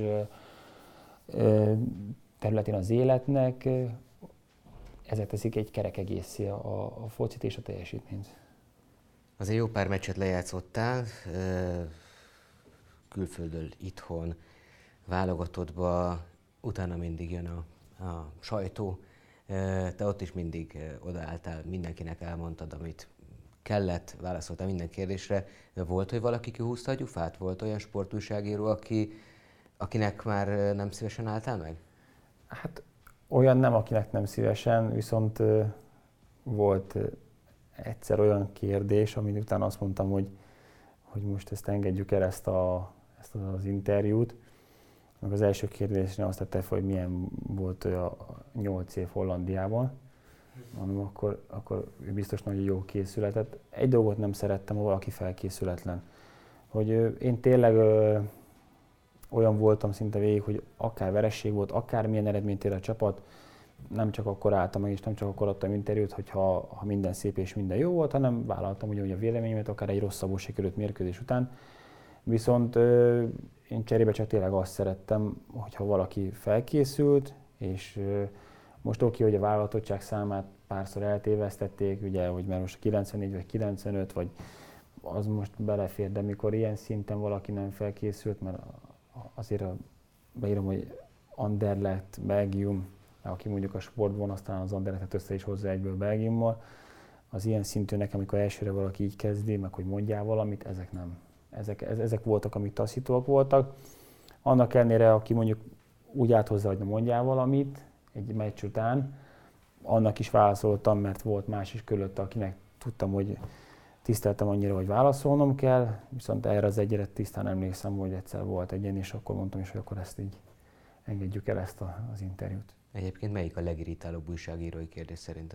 S3: területén az életnek, ezek teszik egy kerek egészé a, a focit és a teljesítményt.
S1: Azért jó pár meccset lejátszottál, külföldön, itthon, válogatottba, utána mindig jön a, a sajtó. Te ott is mindig odaálltál, mindenkinek elmondtad, amit kellett, válaszoltál minden kérdésre. Volt, hogy valaki kihúzta a gyufát? Volt olyan sportújságíró, aki, akinek már nem szívesen álltál meg?
S3: Hát olyan nem, akinek nem szívesen, viszont volt egyszer olyan kérdés, amit utána azt mondtam, hogy, hogy most ezt engedjük el, ezt a, ezt az interjút. Meg az első kérdésnél azt tette fel, hogy milyen volt a nyolc év Hollandiában. Mondom, akkor, akkor biztos nagyon jó készületet. Egy dolgot nem szerettem, ha valaki felkészületlen. Hogy én tényleg ö, olyan voltam szinte végig, hogy akár veresség volt, akár milyen eredményt ér a csapat, nem csak akkor álltam meg, és nem csak akkor adtam interjút, hogy ha, ha minden szép és minden jó volt, hanem vállaltam ugyanúgy a véleményemet, akár egy rosszabbul sikerült mérkőzés után. Viszont ö, én cserébe csak tényleg azt szerettem, hogyha valaki felkészült, és ö, most oké, hogy a válogatottság számát párszor eltévesztették, ugye, hogy mert most kilencvennégy vagy kilencvenöt, vagy az most belefér, de mikor ilyen szinten valaki nem felkészült, mert azért a, beírom, hogy Anderlecht, Belgium, aki mondjuk a sportban, aztán az Anderlechtet össze is hozzá egyből Belgiummal, az ilyen szintű nekem, amikor elsőre valaki így kezdi, meg hogy mondjál valamit, ezek nem. Ezek, ezek voltak, amik taszítóak voltak. Annak ellenére, aki mondjuk úgy állt hozzá, hogy nem mondjál valamit egy meccs után, annak is válaszoltam, mert volt más is körülötte, akinek tudtam, hogy tiszteltem annyira, hogy válaszolnom kell, viszont erre az egyre tisztán emlékszem, hogy egyszer volt egy ilyen, és akkor mondtam is, hogy akkor ezt így engedjük el ezt a, az interjút.
S1: Egyébként melyik a legirritálóbb újságírói kérdés szerinted?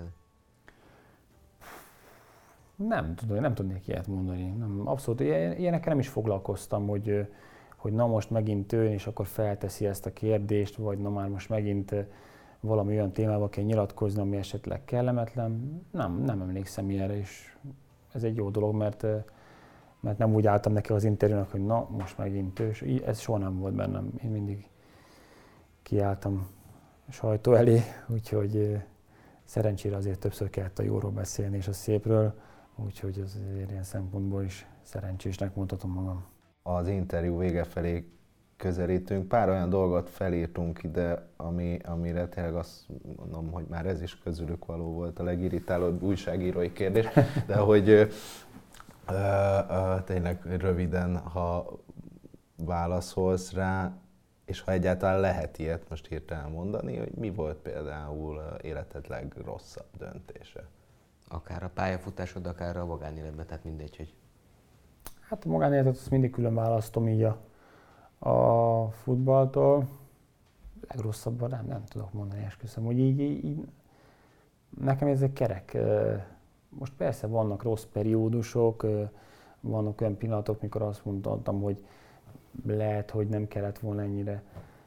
S3: Nem tudom, nem tudnék ilyet mondani. Nem, abszolút, ilyenekkel nem is foglalkoztam, hogy, hogy na most megint ő, és akkor felteszi ezt a kérdést, vagy na már most megint valami olyan témában kell nyilatkozni, ami esetleg kellemetlen. Nem, nem emlékszem ilyenre, és ez egy jó dolog, mert, mert nem úgy álltam neki az interjúnak, hogy na most megint ő, és ez soha nem volt bennem. Én mindig kiálltam a sajtó elé, úgyhogy szerencsére azért többször kellett a jóról beszélni és a szépről, úgyhogy az ilyen szempontból is szerencsésnek mondhatom magam.
S2: Az interjú vége felé közelítünk, pár olyan dolgot felírtunk ide, ami, amire tényleg azt mondom, hogy már ez is közülük való volt a legirritálóbb újságírói kérdés, de hogy ö, ö, tényleg röviden, ha válaszolsz rá, és ha egyáltalán lehet ilyet most hirtelen mondani, hogy mi volt például életed legrosszabb döntése?
S1: Akár a pályafutásod, akár a magánéletben, tehát mindegy, hogy...
S3: Hát a magánéletet azt mindig külön választom így a, a futballtól. Legrosszabban nem, nem tudok mondani, esküszöm, hogy így, így, így nekem ezek kerek. Most persze vannak rossz periódusok, vannak olyan pillanatok, mikor azt mondtam, hogy lehet, hogy nem kellett volna ennyire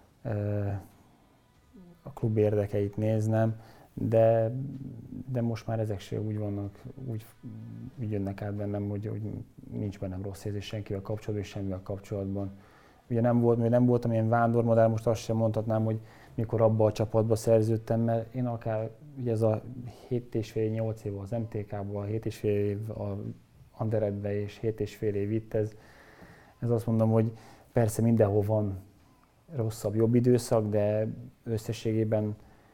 S3: a klub érdekeit néznem, de, de most már ezek sem úgy vannak, úgy, úgy jönnek át bennem, hogy, hogy nincs bennem rossz érzés senkivel kapcsolatban és semmivel kapcsolatban. Ugye nem, volt, nem voltam ilyen vándormodell, most azt sem mondhatnám, hogy mikor abba a csapatba szerződtem, mert én akár ugye ez a hét és fél nyolc év az em té ká-ban, hét és fél év a Anderlechtben és hét és fél év itt, ez, ez azt mondom, hogy persze mindenhol van rosszabb, jobb időszak, de összességében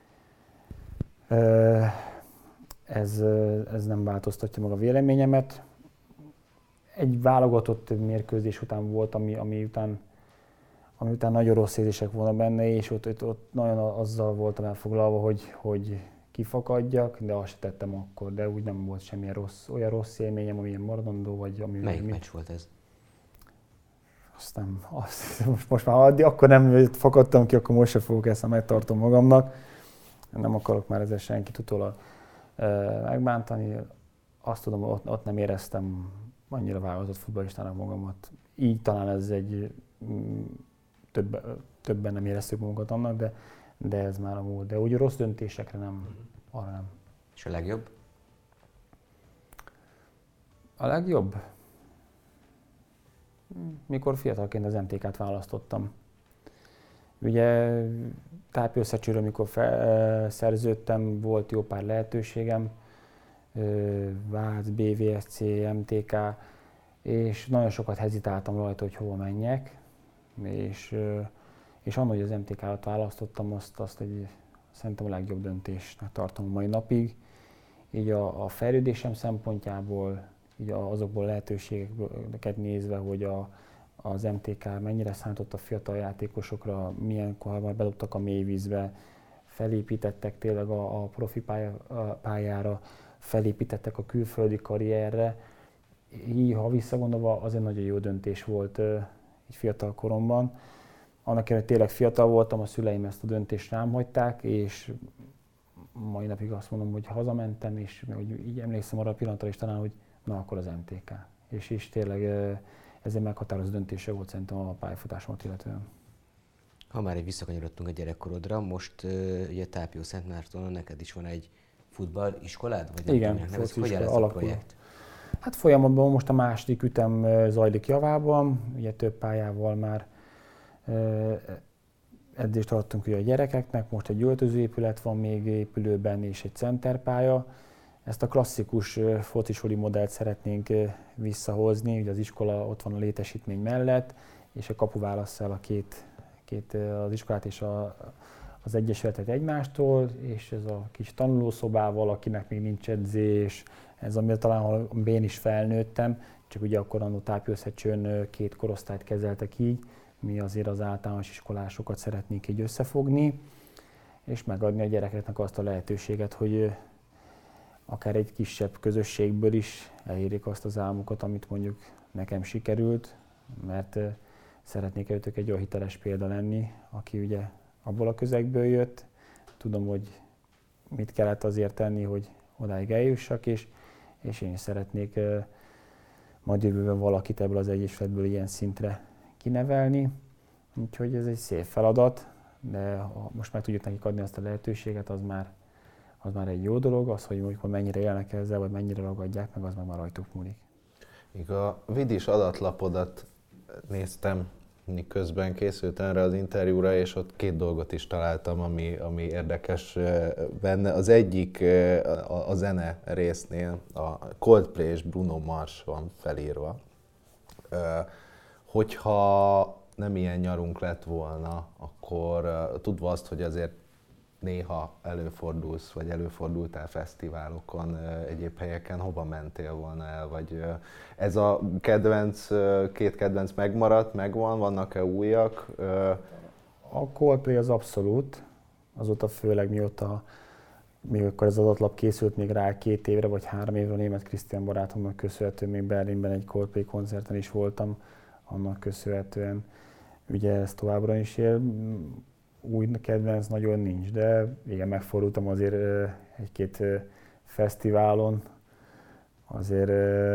S3: ez, ez nem változtatja meg a véleményemet. Egy válogatott mérkőzés után volt, ami, ami, után, ami után nagyon rossz érzések volna benne, és ott, ott, ott nagyon azzal voltam elfoglalva, hogy, hogy kifakadjak, de azt se tettem akkor, de úgy nem volt semmilyen rossz, olyan rossz élményem, amilyen maradandó, vagy ami...
S1: Melyik
S3: mi...
S1: meccs volt ez?
S3: Azt nem, azt, most, most már addig, akkor nem fakadtam ki, akkor most se fogok, ezt megtartom magamnak. Nem akarok már ezzel senkit utólag e, megbántani. Azt tudom, ott, ott nem éreztem annyira válogatott futballistának magamat. Így talán ez egy, m, több, többen nem éreztük magunkat annak, de, de ez már a múlt. De úgy rossz döntésekre nem, arra nem.
S1: És a legjobb?
S3: A legjobb? Mikor fiatalként az em té ká-t választottam. Ugye tápőrszecsőről, mikor fel, szerződtem, volt jó pár lehetőségem, Vác, bé vé es cé, em té ká, és nagyon sokat hezitáltam rajta, hogy hova menjek, és, és annak, hogy az em té ká-t választottam, azt, azt egy, szerintem a legjobb döntésnek tartom a mai napig. Így a, a fejlődésem szempontjából, így azokból a lehetőségeket nézve, hogy a, az em té ká mennyire számított a fiatal játékosokra, milyenkor már bedobtak a mélyvízbe, felépítettek tényleg a, a profi pálya, a pályára, felépítettek a külföldi karrierre. Így, ha visszagondolva, az egy nagyon jó döntés volt, így fiatal koromban. Annak ellenére tényleg fiatal voltam, a szüleim ezt a döntést rám hagyták, és mai napig azt mondom, hogy hazamentem, és hogy így emlékszem arra a pillanatra is talán, hogy na akkor az em té ká. És, és tényleg ez egy meghatározó döntése volt szerintem a pályafutásomat illetően.
S1: Ha már egy visszakanyarodtunk a gyerekkorodra, most uh, ugye Tápió-Szentmártonon neked is van egy futballiskolád? Vagy nem
S3: igen,
S1: tudom, hogy áll ez a projekt?
S3: Hát folyamatban most a második ütem zajlik Javában, ugye több pályával már uh, edzést tartunk ugye a gyerekeknek, most egy öltözőépület van még épülőben és egy centerpálya. Ezt a klasszikus uh, focisoli modellt szeretnénk uh, visszahozni, ugye az iskola ott van a létesítmény mellett, és a kapu válasszál a két Két, az iskolát és a, az egyesületet egymástól, és ez a kis tanulószobával, akinek még nincs edzés, ez amire talán én is felnőttem, csak ugye akkor annó Tápiószecsőn két korosztályt kezeltek így, mi azért az általános iskolásokat szeretnénk így összefogni, és megadni a gyerekeknek azt a lehetőséget, hogy akár egy kisebb közösségből is elérjék azt az álmukat, amit mondjuk nekem sikerült, mert szeretnék előttük egy olyan hiteles példa lenni, aki ugye abból a közegből jött. Tudom, hogy mit kellett azért tenni, hogy odáig eljussak, és, és én is szeretnék uh, majd jövőben valakit ebből az egyesületből ilyen szintre kinevelni. Úgyhogy ez egy szép feladat, de ha most meg tudjuk nekik adni azt a lehetőséget, az már, az már egy jó dolog. Az, hogy mondjuk mennyire élnek ezzel, vagy mennyire ragadják meg, az meg már rajtuk múlik.
S2: Még a vidis adatlapodat néztem, miközben készültem erre az interjúra, és ott két dolgot is találtam, ami, ami érdekes benne. Az egyik a, a zene résznél a Coldplay és Bruno Mars van felírva. Hogyha nem ilyen nyarunk lett volna, akkor tudva azt, hogy azért néha előfordulsz, vagy előfordultál fesztiválokon, egyéb helyeken, hova mentél volna el, vagy ez a kedvenc, két kedvenc megmaradt, megvan, vannak-e újak?
S3: A Coldplay az abszolút, azóta főleg mióta, mikor ez az adatlap készült még rá két évre, vagy három évre, a német Krisztián barátomnak köszönhetően még Berlinben egy Coldplay koncerten is voltam, annak köszönhetően ugye ez továbbra is él. Új kedvenc nagyon nincs, de igen, megfordultam azért egy-két fesztiválon, azért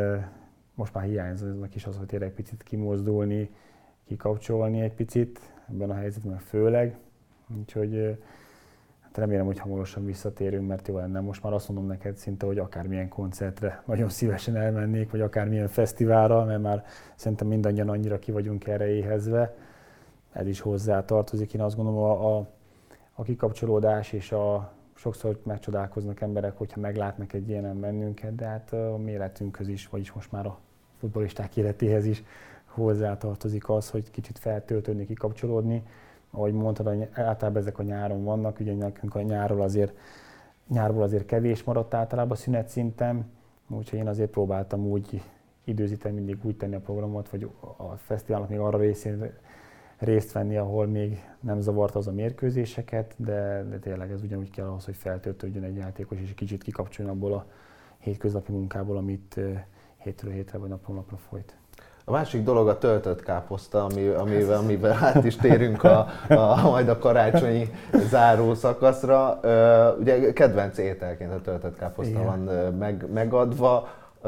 S3: most már hiányoznak is az, hogy tényleg picit kimozdulni, kikapcsolni egy picit, ebben a helyzetben főleg, úgyhogy hát remélem, hogy hamarosan visszatérünk, mert jó lenne. Most már azt mondom neked szinte, hogy akármilyen koncertre nagyon szívesen elmennék, vagy akármilyen fesztiválra, mert már szerintem mindannyian annyira ki vagyunk erre éhezve. Ez is hozzá tartozik. Én azt gondolom, a, a, a kikapcsolódás és a sokszor megcsodálkoznak emberek, hogyha meglátnak egy ilyen bennünket, de hát a mi életünkhöz is, vagyis most már a futballisták életéhez is hozzá tartozik az, hogy kicsit feltöltődni, kikapcsolódni. Ahogy mondtad, általában ezek a nyáron vannak, ugye nekünk a nyárról azért, nyárból azért kevés maradt általában szünet szinten, úgyhogy én azért próbáltam úgy időzíteni, mindig úgy tenni a programot, vagy a fesztiválnak még arra részén részt venni, ahol még nem zavart az a mérkőzéseket, de, de tényleg ez ugyanúgy kell ahhoz, hogy feltöltődjön egy játékos, és kicsit kikapcsoljon abból a hétköznapi munkából, amit hétről hétre vagy napról napra folyt.
S2: A másik dolog a töltött káposzta, ami, amivel, amivel át is térünk a, a, majd a karácsonyi záró szakaszra. Ugye kedvenc ételként a töltött káposzta igen. van meg, megadva.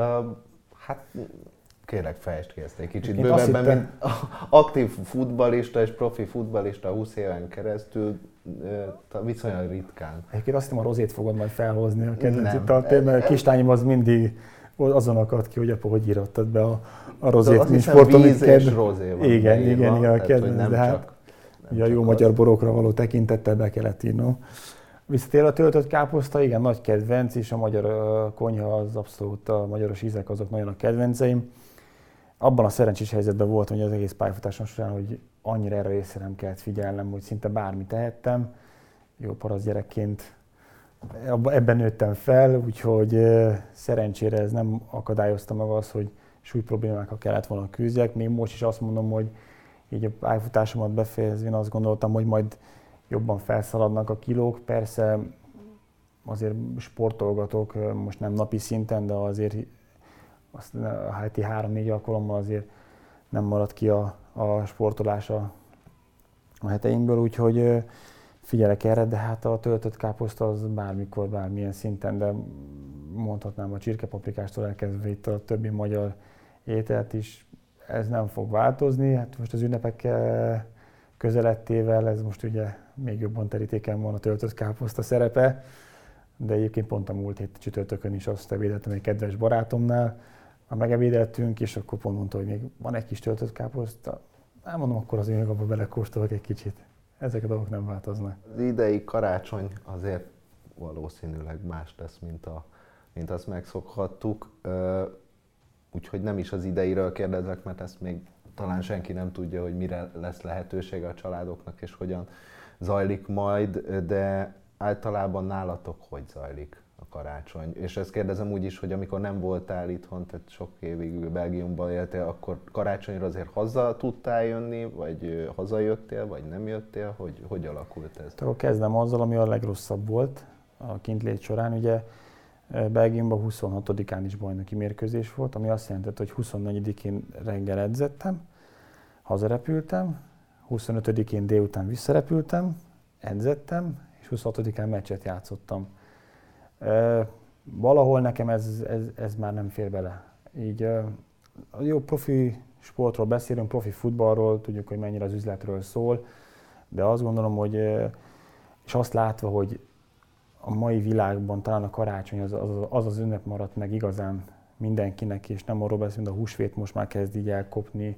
S2: Hát kérlek, fejtsd ki ezt egy kicsit én bővebben, mint aktív futballista és profi futballista húsz éven keresztül viszonylag ritkán.
S3: Egyébként azt hiszem, a rozét fogod majd felhozni a kedvenc italtért, mert a kislányom az mindig azon akad ki, hogy apa, hogy írottad be a, a rozét, mint sportom.
S2: Víz és rozé van.
S3: Igen, igen, igen, a kedvenc, de hát ugye a jó magyar az... borokra való tekintettel be kellett írnom. Visszatér a töltött káposzta, igen, nagy kedvenc, és a magyar uh, konyha az abszolút, a magyaros ízek azok nagyon a kedvenceim. Abban a szerencsés helyzetben voltam, hogy az egész pályafutásom során, hogy annyira erre észre nem kellett figyelnem, hogy szinte bármit tehettem. Jó parasz gyerekként ebben nőttem fel, úgyhogy uh, szerencsére ez nem akadályozta meg az, hogy súly problémákkal kellett volna küzdjek. Még most is azt mondom, hogy így a pályafutásomat befejezve azt gondoltam, hogy majd jobban felszaladnak a kilók. Persze azért sportolgatok, most nem napi szinten, de azért azt a heti három-négy alkalommal azért nem marad ki a, a sportolás a, a heteimből, úgyhogy figyelek erre, de hát a töltött káposzta az bármikor, bármilyen szinten, de mondhatnám a csirkepaprikástól elkezdve itt a többi magyar ételt is, ez nem fog változni. Hát most az ünnepek közelettével ez most ugye még jobban terítéken van a töltött káposzta szerepe, de egyébként pont a múlt hét csütörtökön is azt ebédeltem egy kedves barátomnál, már megebédeltünk, és akkor pont mondta, hogy még van egy kis töltött káposzta. Hát mondom, akkor azért még abba belekóstolok egy kicsit. Ezek a dolgok nem változnak.
S2: Az idei karácsony azért valószínűleg más lesz, mint, a, mint azt megszokhattuk. Úgyhogy nem is az ideiről kérdezek, mert ezt még talán senki nem tudja, hogy mire lesz lehetősége a családoknak és hogyan zajlik majd, de általában nálatok hogy zajlik a karácsony? És ezt kérdezem úgy is, hogy amikor nem voltál itthon, tehát sok évig Belgiumban éltél, akkor karácsonyra azért haza tudtál jönni, vagy hazajöttél, vagy nem jöttél? Hogy, hogy alakult ez?
S3: Akkor kezdem azzal, ami a legrosszabb volt a kintlét során. Ugye Belgiumban huszonhatodikán is bajnoki mérkőzés volt, ami azt jelentett, hogy huszonnegyedikén reggel edzettem, hazarepültem, huszonötödikén délután visszarepültem, edzettem, és huszonhatodikán meccset játszottam. E, valahol nekem ez, ez, ez már nem fér bele. Így e, a jó profi sportról beszélünk, profi futballról, tudjuk, hogy mennyire az üzletről szól, de azt gondolom, hogy és azt látva, hogy a mai világban talán a karácsony az az, az, az ünnep maradt meg igazán mindenkinek, és nem arról beszélünk, mint a húsvét most már kezd így elkopni,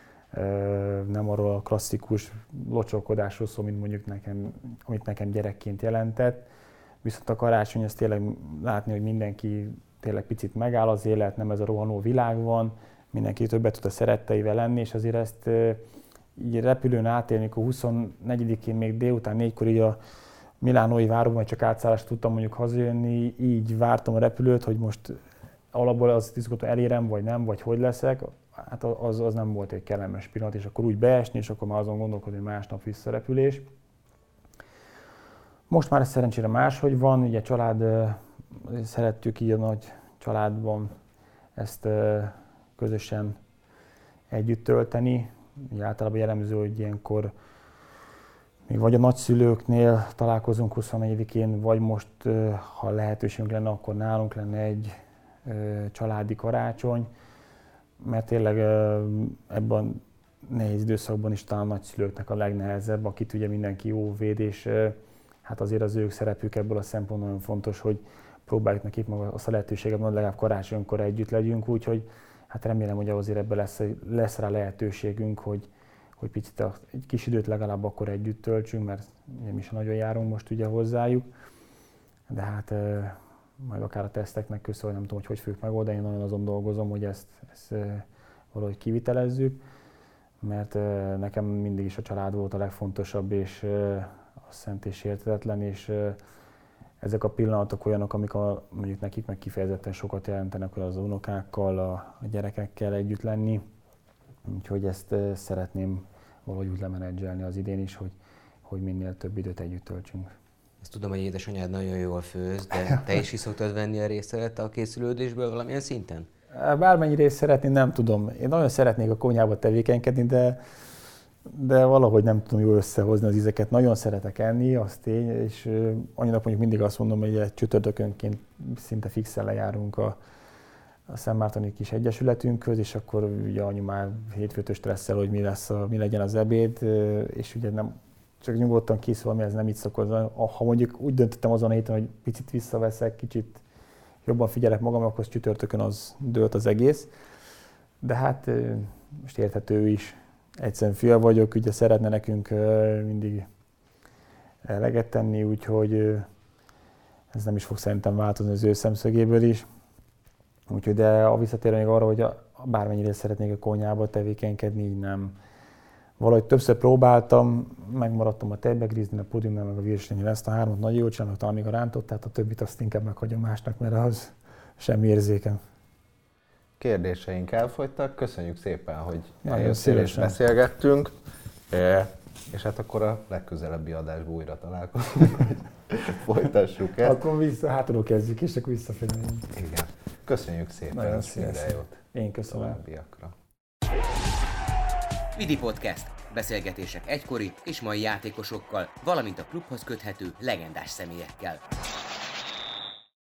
S3: nem arról a klasszikus locsolkodásról szól, mint mondjuk nekem, amit nekem gyerekként jelentett. Viszont a karácsony az tényleg látni, hogy mindenki tényleg picit megáll az élet, nem ez a rohanó világ van, mindenki többet tud a szeretteivel lenni, és azért ezt így repülőn átélni, amikor huszonnegyedikén még délután négykor így a milánói városban, vagy csak átszállást tudtam mondjuk hazajönni, így vártam a repülőt, hogy most alapból az izgatom, elérem, vagy nem, vagy hogy leszek. Hát az, az nem volt egy kellemes pillanat, és akkor úgy beesni, és akkor már azon gondolkodni, hogy másnap visszarepülés. Most már szerencsére máshogy van, ugye család, szerettük így a nagy családban ezt közösen együtt tölteni. Ugye általában jellemző, hogy ilyenkor még vagy a nagyszülőknél találkozunk huszonnegyedikén, vagy most, ha lehetőségünk lenne, akkor nálunk lenne egy családi karácsony, mert tényleg ebben a nehéz időszakban is talán a nagyszülőknek a legnehezebb, akit ugye mindenki jó véd, és hát azért az ők szerepük ebből a szempontból nagyon fontos, hogy próbáljuk nekik maga azt a lehetőséget, hogy legalább karácsonykor együtt legyünk, úgyhogy hát remélem, hogy azért ebben lesz, lesz rá lehetőségünk, hogy, hogy picit a, egy kis időt legalább akkor együtt töltsünk, mert ugye mi is nagyon járunk most ugye hozzájuk, de hát e, majd akár a teszteknek köszönöm, nem tudom, hogy hogy fogjuk megoldani, én nagyon azon dolgozom, hogy ezt, ezt e, valahogy kivitelezzük, mert e, nekem mindig is a család volt a legfontosabb, és e, a szent és érthetetlen, és e, ezek a pillanatok olyanok, amik a, mondjuk nekik meg kifejezetten sokat jelentenek, az unokákkal, a, a gyerekekkel együtt lenni. Úgyhogy ezt e, szeretném valahogy úgy lemenedzselni az idén is, hogy, hogy minél több időt együtt töltsünk.
S1: Ezt tudom, hogy édesanyád nagyon jól főz, de te is is szoktad venni a részt a készülődésből valamilyen szinten?
S3: Bármennyi részt szeretni, nem tudom. Én nagyon szeretnék a konyhába tevékenykedni, de, de valahogy nem tudom jól összehozni az ízeket. Nagyon szeretek enni, az tény, és annyinak mondjuk mindig azt mondom, hogy egy csütörtökönként szinte fixen lejárunk a, a Szent Mártoni kis egyesületünkhöz, és akkor ugye anyu már hétfőtől stresszel, hogy mi, lesz a, mi legyen az ebéd, és ugye nem csak nyugodtan készül, ami ez nem így szokott. Ha mondjuk úgy döntöttem azon a héten, hogy picit visszaveszek, kicsit jobban figyelek magamra, akkor csütörtökön az dőlt az egész. De hát most érthető is. Egyszerűen fia vagyok, ugye szeretne nekünk mindig eleget tenni, úgyhogy ez nem is fog szerintem változni az ő szemszögéből is. Úgyhogy de a visszatérve még arra, hogy bármennyire szeretnék a konyhába tevékenykedni, így nem. Valahogy többször próbáltam, megmaradtam a tejbegrízni, a pódiumnál, meg a virsénynél, ezt a hármat nagyon jól csinálok, talán még a rántott, tehát a többit azt inkább meghagyom másnak, mert az semmi érzékem.
S2: Kérdéseink elfogytak, köszönjük szépen, hogy
S3: nagyon
S2: eljöttél és beszélgettünk, és hát akkor a legközelebbi adásban újra találkozunk, hogy folytassuk ezt.
S3: Akkor vissza, hátulról kezdjük, és akkor visszafelé.
S2: Igen. Köszönjük szépen, minden jót.
S3: Én köszönöm.
S2: Továbbiakra.
S1: Vidi Podcast. Beszélgetések egykori és mai játékosokkal, valamint a klubhoz köthető legendás személyekkel.